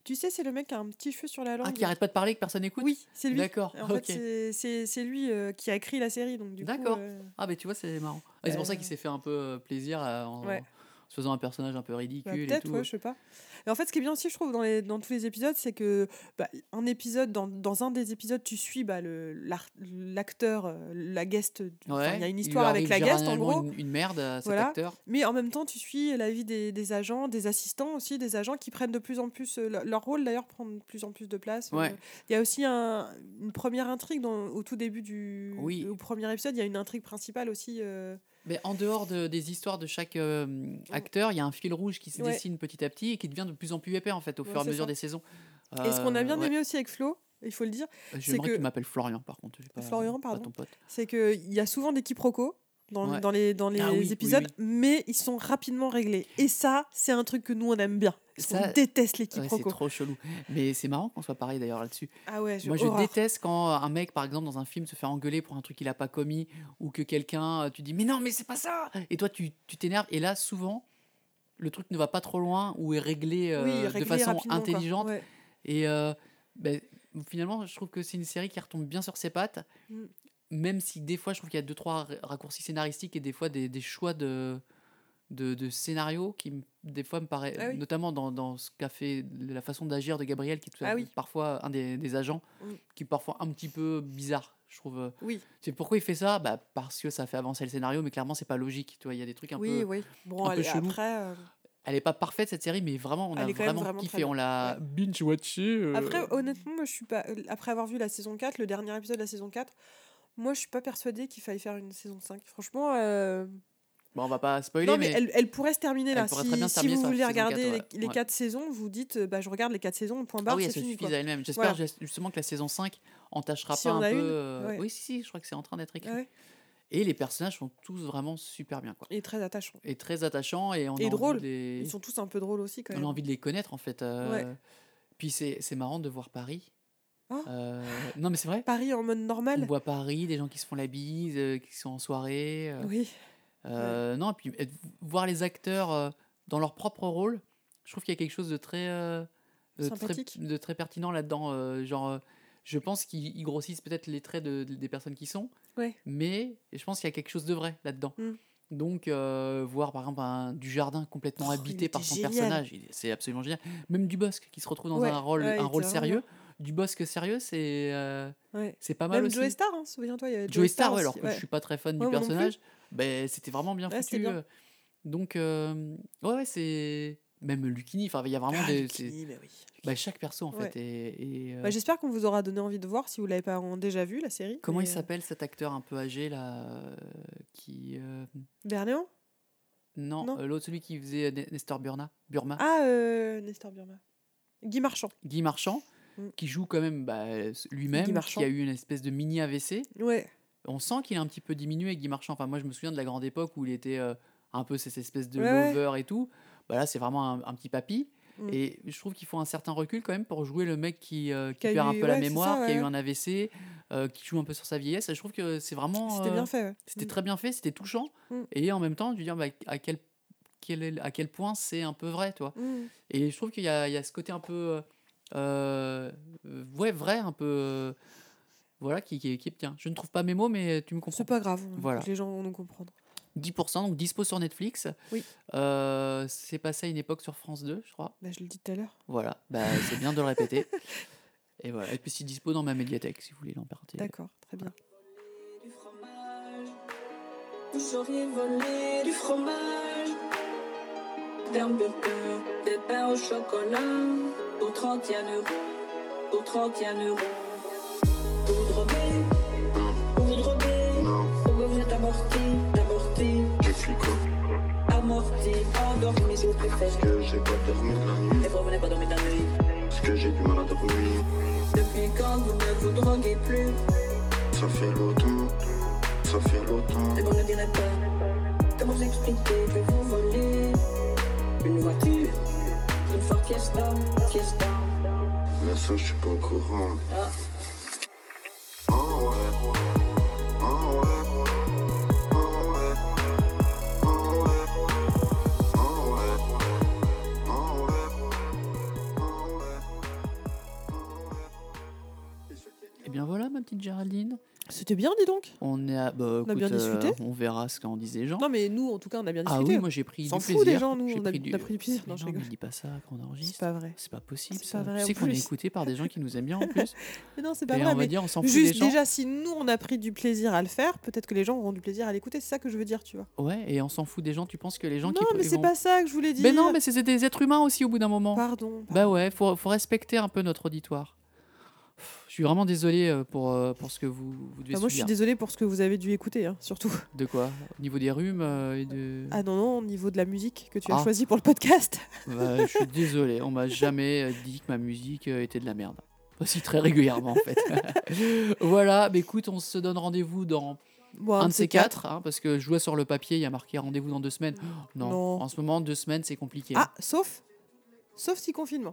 S1: Tu sais, c'est le mec qui a un petit cheveu sur la langue.
S2: Ah, qui arrête pas de parler, que personne n'écoute.
S1: Oui, c'est lui.
S2: D'accord,
S1: En fait,
S2: ok.
S1: c'est- c'est c'est lui euh, qui a écrit la série, donc du coup.
S2: D'accord.
S1: euh,
S2: Ah, bah tu vois, c'est marrant. Ah, c'est pour ça
S1: Euh,
S2: qu'il s'est fait un peu euh, plaisir euh, en,
S1: Ouais.
S2: en se faisant un personnage un peu
S1: bah,
S2: ridicule et
S1: peut-être,
S2: tout.
S1: ouais, je sais pas. Et en fait, ce qui est bien aussi, je trouve, dans, les, dans tous les épisodes, c'est que bah, un épisode, dans, dans un des épisodes, tu suis bah, le- l'ar- l'acteur, euh, la guest. du- enfin,
S2: Ouais,
S1: il y a une
S2: lui
S1: histoire avec
S2: arrive
S1: la guest, en
S2: généralement
S1: gros.
S2: Une, une merde à cet
S1: Voilà.
S2: acteur.
S1: Mais en même temps, tu suis la vie des, des agents, des assistants aussi, des agents qui prennent de plus en plus. euh, leur- leur rôle d'ailleurs prend de plus en plus de place. Euh,
S2: Ouais.
S1: Il y a aussi un- une première intrigue dans, au tout début du
S2: Oui.
S1: au premier épisode. Il y a une intrigue principale aussi. euh,
S2: Mais en dehors de- des histoires de chaque euh, acteur, il y a un fil rouge qui se
S1: Ouais.
S2: dessine petit à petit et qui devient de plus en plus épais en fait au
S1: Ouais,
S2: fur et à
S1: c'est
S2: mesure
S1: ça.
S2: des saisons.
S1: Et ce qu'on a bien
S2: Euh, ouais.
S1: aimé aussi avec Flo, il faut le dire, c'est
S2: J'aimerais
S1: que-
S2: que tu m'appelles Florian par contre. j'ai Pas,
S1: Florian,
S2: pas
S1: pardon.
S2: ton pote.
S1: c'est qu'il y a souvent des quiproquos dans,
S2: Ouais.
S1: dans les, dans les
S2: Ah oui, oui,
S1: épisodes,
S2: oui.
S1: mais ils sont rapidement réglés. Et ça, c'est un truc que nous, on aime bien.
S2: Ça-
S1: on déteste les
S2: Ouais, c'est
S1: quiproquos.
S2: trop chelou. Mais c'est marrant qu'on soit pareil d'ailleurs là-dessus.
S1: Ah ouais, je,
S2: Moi, je
S1: horreur.
S2: déteste quand un mec, par exemple, dans un film, se fait engueuler pour un truc qu'il a pas commis, ou que quelqu'un, euh, tu dis, mais non, mais c'est pas ça. Et toi, tu tu t'énerves. Et là, souvent, le truc ne va pas trop loin ou est réglé, euh,
S1: Oui,
S2: de
S1: réglé
S2: façon
S1: rapidement, quoi.
S2: intelligente.
S1: Ouais.
S2: Et euh, ben, finalement, je trouve que c'est une série qui retombe bien sur ses pattes,
S1: Mm.
S2: même si des fois, je trouve qu'il y a deux, trois ra- raccourcis scénaristiques et des fois des, des choix de, de, de scénario qui, me- des fois, me paraît,
S1: Ah oui.
S2: notamment dans, dans ce qu'a fait la façon d'agir de Gabriel, qui est tout à-
S1: Ah oui.
S2: parfois un des, des agents,
S1: Mm.
S2: qui est parfois un petit peu bizarre, je trouve.
S1: Oui,
S2: C'est pourquoi il fait ça, bah, parce que ça fait avancer le scénario, mais clairement, c'est pas logique. Tu vois, il y a des trucs un
S1: oui,
S2: peu.
S1: oui. Bon,
S2: un peu
S1: allez,
S2: chelou.
S1: après. euh,
S2: Elle est pas parfaite cette série, mais vraiment, on
S1: Elle
S2: a
S1: est quand même
S2: vraiment,
S1: vraiment très
S2: kiffé.
S1: bien.
S2: On l'a binge-watché. euh,
S1: Après, honnêtement, moi, je suis pas. euh, Après avoir vu la saison quatre, le dernier épisode de la saison quatre, moi, je suis pas persuadée qu'il faille faire une saison cinq. Franchement. euh,
S2: Bon, on va pas spoiler,
S1: Non, mais,
S2: mais.
S1: elle, elle pourrait se terminer
S2: elle
S1: là.
S2: pourrait
S1: Si,
S2: très bien se
S1: si
S2: terminer
S1: vous
S2: sur la
S1: voulez
S2: saison
S1: regarder
S2: quatre,
S1: les, les
S2: ouais.
S1: quatre saisons, vous dites euh, bah, je regarde les quatre saisons, point barre,
S2: Ah oui,
S1: c'est
S2: elle se
S1: fini.
S2: suffise
S1: quoi.
S2: elle-même. J'espère
S1: Voilà.
S2: just- justement que la saison cinq entachera
S1: Si
S2: pas
S1: on
S2: un
S1: a
S2: peu.
S1: une,
S2: euh,
S1: ouais.
S2: Oui, si, si, je crois que c'est en train d'être écrit.
S1: Ah ouais.
S2: Et les personnages sont tous vraiment super bien, quoi.
S1: Et très attachant.
S2: Et très attachants. Et on
S1: Et
S2: a
S1: drôle.
S2: envie de les...
S1: Ils sont tous un peu drôles aussi quand
S2: on a
S1: même.
S2: envie de les connaître, en fait. euh,
S1: Ouais.
S2: Puis c'est c'est marrant de voir Paris.
S1: Oh.
S2: Euh, Non, mais c'est vrai.
S1: Paris en mode
S2: On
S1: normal.
S2: voit Paris, des gens qui se font la bise, euh, qui sont en soirée. euh,
S1: Oui.
S2: Euh, Non, et puis euh, voir les acteurs euh, dans leur propre rôle, je trouve qu'il y a quelque chose de très, euh, de très,
S1: Sympathique.
S2: de très pertinent là-dedans. euh, genre, euh, je pense qu'ils ils grossissent peut-être les traits de- de- des personnes qui sont,
S1: Ouais.
S2: mais je pense qu'il y a quelque chose de vrai là-dedans.
S1: Mm.
S2: Donc, euh, voir par exemple un Dujardin complètement
S1: Oh, il
S2: habité par
S1: était
S2: son
S1: génial.
S2: personnage, il- c'est absolument génial. Même Dubosc qui se retrouve dans
S1: Ouais,
S2: un rôle,
S1: ouais, il
S2: un rôle
S1: était
S2: sérieux.
S1: vraiment
S2: Dubosc sérieux, c'est euh,
S1: Ouais.
S2: c'est pas mal
S1: Même
S2: aussi.
S1: Joey Star, hein, souviens-toi, il y avait
S2: Joey Star, ouais,
S1: aussi,
S2: alors que
S1: ouais.
S2: je suis pas très fan
S1: Ouais,
S2: du
S1: moi non plus.
S2: personnage, ben, c'était vraiment bien
S1: Ouais, c'était
S2: foutu.
S1: bien.
S2: euh. Donc, euh, ouais, ouais, c'est. Même Lucchini, enfin, il y a vraiment
S1: Ah,
S2: des.
S1: Lucchini,
S2: c'est-
S1: mais oui.
S2: bah, chaque perso, en
S1: Ouais.
S2: fait. Et, et, euh,
S1: Bah, j'espère qu'on vous aura donné envie de voir si vous l'avez pas en- déjà vu la série.
S2: comment
S1: mais,
S2: il
S1: euh,
S2: s'appelle cet acteur un peu âgé, là euh, qui. euh,
S1: Bernéan
S2: Non,
S1: Non.
S2: euh, l'autre, celui qui faisait euh, Ne- Nestor Burma, Burma.
S1: Ah, euh, Nestor Burma. Guy Marchand.
S2: Guy Marchand,
S1: Mm.
S2: qui joue quand même bah, lui-même,
S1: Guy
S2: qui
S1: Marchand.
S2: a eu une espèce de mini A V C.
S1: Ouais.
S2: On sent qu'il a un petit peu diminué, Guy Marchand. Enfin, moi, je me souviens de la grande époque où il était euh, un peu cette espèce de
S1: Ouais, ouais.
S2: lover et tout. Bah, là, c'est vraiment un, un petit papy.
S1: Mm.
S2: Et je trouve qu'il faut un certain recul quand même pour jouer le mec qui, euh, qui
S1: Qui a
S2: perd
S1: eu-
S2: un peu la
S1: ouais, c'est
S2: mémoire,
S1: ça,
S2: qui a eu
S1: ouais.
S2: un A V C, euh, qui joue un peu sur sa vieillesse. Et je trouve que c'est vraiment.
S1: C'était
S2: euh,
S1: bien fait, ouais.
S2: C'était
S1: Mm.
S2: très bien fait, c'était touchant.
S1: Mm.
S2: Et en même temps, je veux dire, bah, à, quel, quel est- à quel point c'est un peu vrai, toi.
S1: Mm.
S2: Et je trouve qu'il y a, il y a ce côté un peu. euh, euh, ouais, vrai, un peu. euh, voilà, qui, qui, qui est bien. Je ne trouve pas mes mots, mais tu me comprends.
S1: C'est pas grave,
S2: Voilà.
S1: les gens vont nous comprendre.
S2: dix pour cent, donc dispo sur Netflix.
S1: Oui.
S2: Euh, c'est passé à une époque sur France deux, je crois.
S1: Bah, je l'ai dit tout à l'heure.
S2: Voilà, bah, c'est bien de le répéter. Et voilà. Et puis c'est dispo dans ma médiathèque si vous voulez l'emprunter.
S1: D'accord, très bien.
S6: Du fromage, vous sauriez voler du fromage, des hamburgers, des pains au chocolat, pour trente et un euros, pour trente et un euros. Vous vous droguez, vous vous droguez, pourquoi vous êtes amorti, amorti,
S4: Je suis quoi?
S6: amorti, endormi, je vous préfère.
S4: Parce que j'ai pas dormi de la nuit.
S6: Et pourquoi vous n'avez pas dormi de la nuit?
S4: Parce que j'ai du mal à dormir.
S6: Depuis quand vous ne vous droguez plus?
S4: Ça fait longtemps. Ça fait longtemps.
S6: Et vous ne direz pas. Comment vous expliquer que vous volez une voiture, une Ford Fiesta, Fiesta.
S4: Mais ça, je suis pas au courant.
S6: Ah.
S4: Ah ouais. Ah ouais. Ah ouais. Ah ouais. Ah ouais. Ah ouais. Ah ouais.
S2: petite Géraldine.
S1: C'était bien, dis donc.
S2: On, est à, bah,
S1: On a bien
S2: écoute, euh,
S1: discuté.
S2: on verra ce qu'en disent les gens.
S1: Non, mais nous, en tout cas, on a bien
S2: ah
S1: discuté.
S2: oui, moi j'ai pris
S1: On
S2: du
S1: s'en
S2: plaisir.
S1: fout des gens, nous,
S2: J'ai
S1: on a,
S2: pris du-
S1: on a pris du plaisir.
S2: Mais
S1: Non, je
S2: non, mais
S1: rigole.
S2: dis pas ça quand on
S1: C'est
S2: enregistre.
S1: pas vrai.
S2: C'est pas possible.
S1: C'est
S2: ça.
S1: pas vrai,
S2: Tu
S1: en
S2: sais qu'on est
S1: plus.
S2: écouté par des gens qui nous aiment bien en plus.
S1: Mais non, c'est pas
S2: Et
S1: vrai.
S2: on va
S1: mais
S2: dire, on s'en fout des
S1: juste,
S2: gens.
S1: déjà, si nous, on a pris du plaisir à le faire, peut-être que les gens auront du plaisir à l'écouter. C'est ça que je veux dire, tu vois.
S2: Ouais, et on s'en fout des gens. Tu penses que les gens
S1: Non,
S2: qui.
S1: mais
S2: ils
S1: c'est
S2: vont-
S1: pas ça que je voulais dire.
S2: Mais non, mais c'est des êtres humains aussi au bout d'un moment.
S1: Pardon.
S2: Bah ouais, faut, faut respecter un peu notre auditoire. Je suis vraiment désolé euh, pour, euh, pour ce que vous, vous devez
S1: Enfin, moi, je suis
S2: subir.
S1: désolée pour ce que vous avez dû écouter, hein, surtout.
S2: De quoi? Au niveau des rhumes euh, et de...
S1: Ah non, non, au niveau de la musique que tu as
S2: Ah.
S1: choisie pour le podcast.
S2: Bah, je suis désolé, on m'a jamais euh, dit que ma musique euh, était de la merde. Aussi très régulièrement en fait. Voilà, bah écoute, on se donne rendez-vous dans
S1: Bon,
S2: un de ces quatre, hein, parce que je vois sur le papier, il y a marqué rendez-vous dans deux semaines. Non,
S1: Non.
S2: en ce moment, deux semaines, c'est compliqué.
S1: Ah, sauf, sauf si confinement.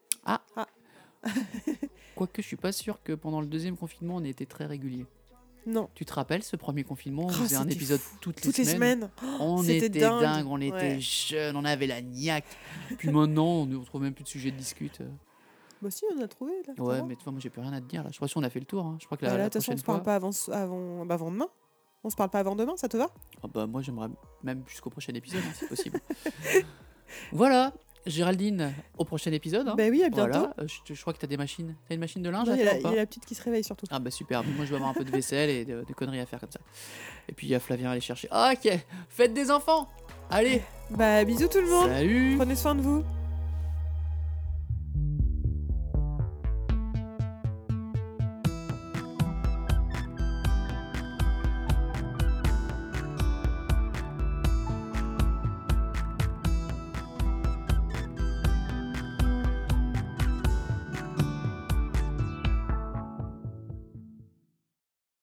S2: Quoique, je suis pas sûr que pendant le deuxième confinement, on ait été très régulier.
S1: Non.
S2: Tu te rappelles ce premier confinement, on
S1: Oh,
S2: faisait un
S1: c'était
S2: épisode
S1: fou.
S2: toutes,
S1: Toutes
S2: les
S1: les
S2: semaines.
S1: semaines.
S2: On
S1: C'était
S2: était
S1: dingue.
S2: dingue, on était
S1: Ouais.
S2: jeunes, on avait la niaque. Puis maintenant, on ne trouve même plus de sujet de discute.
S1: Bah si, on a trouvé là. ça
S2: Ouais,
S1: va.
S2: mais toi, moi, j'ai plus rien à te dire là. Je crois qu'on a fait le tour. hein. Je crois que la,
S1: Bah là,
S2: la
S1: de toute façon, on
S2: prochaine
S1: se parle
S2: fois.
S1: pas avant, ce- avant, bah, avant demain. On se parle pas avant demain, ça te va?
S2: Ah bah, moi, j'aimerais même jusqu'au prochain épisode, hein, si possible. Voilà, Géraldine, au prochain épisode. hein.
S1: Bah oui, à bientôt.
S2: Voilà, euh, je, te- je crois que tu as des machines. Tu as une machine de linge
S1: Non,
S2: à
S1: Il y, a
S2: faire
S1: la-
S2: ou
S1: il y
S2: pas
S1: a la petite qui se réveille surtout.
S2: Ah bah super, moi je vais avoir un peu de vaisselle et de, de conneries à faire comme ça. Et puis il y a Flavien à aller chercher. Ah, ok, faites des enfants. Allez,
S1: Bah bisous tout le monde.
S2: salut.
S1: Prenez soin de vous.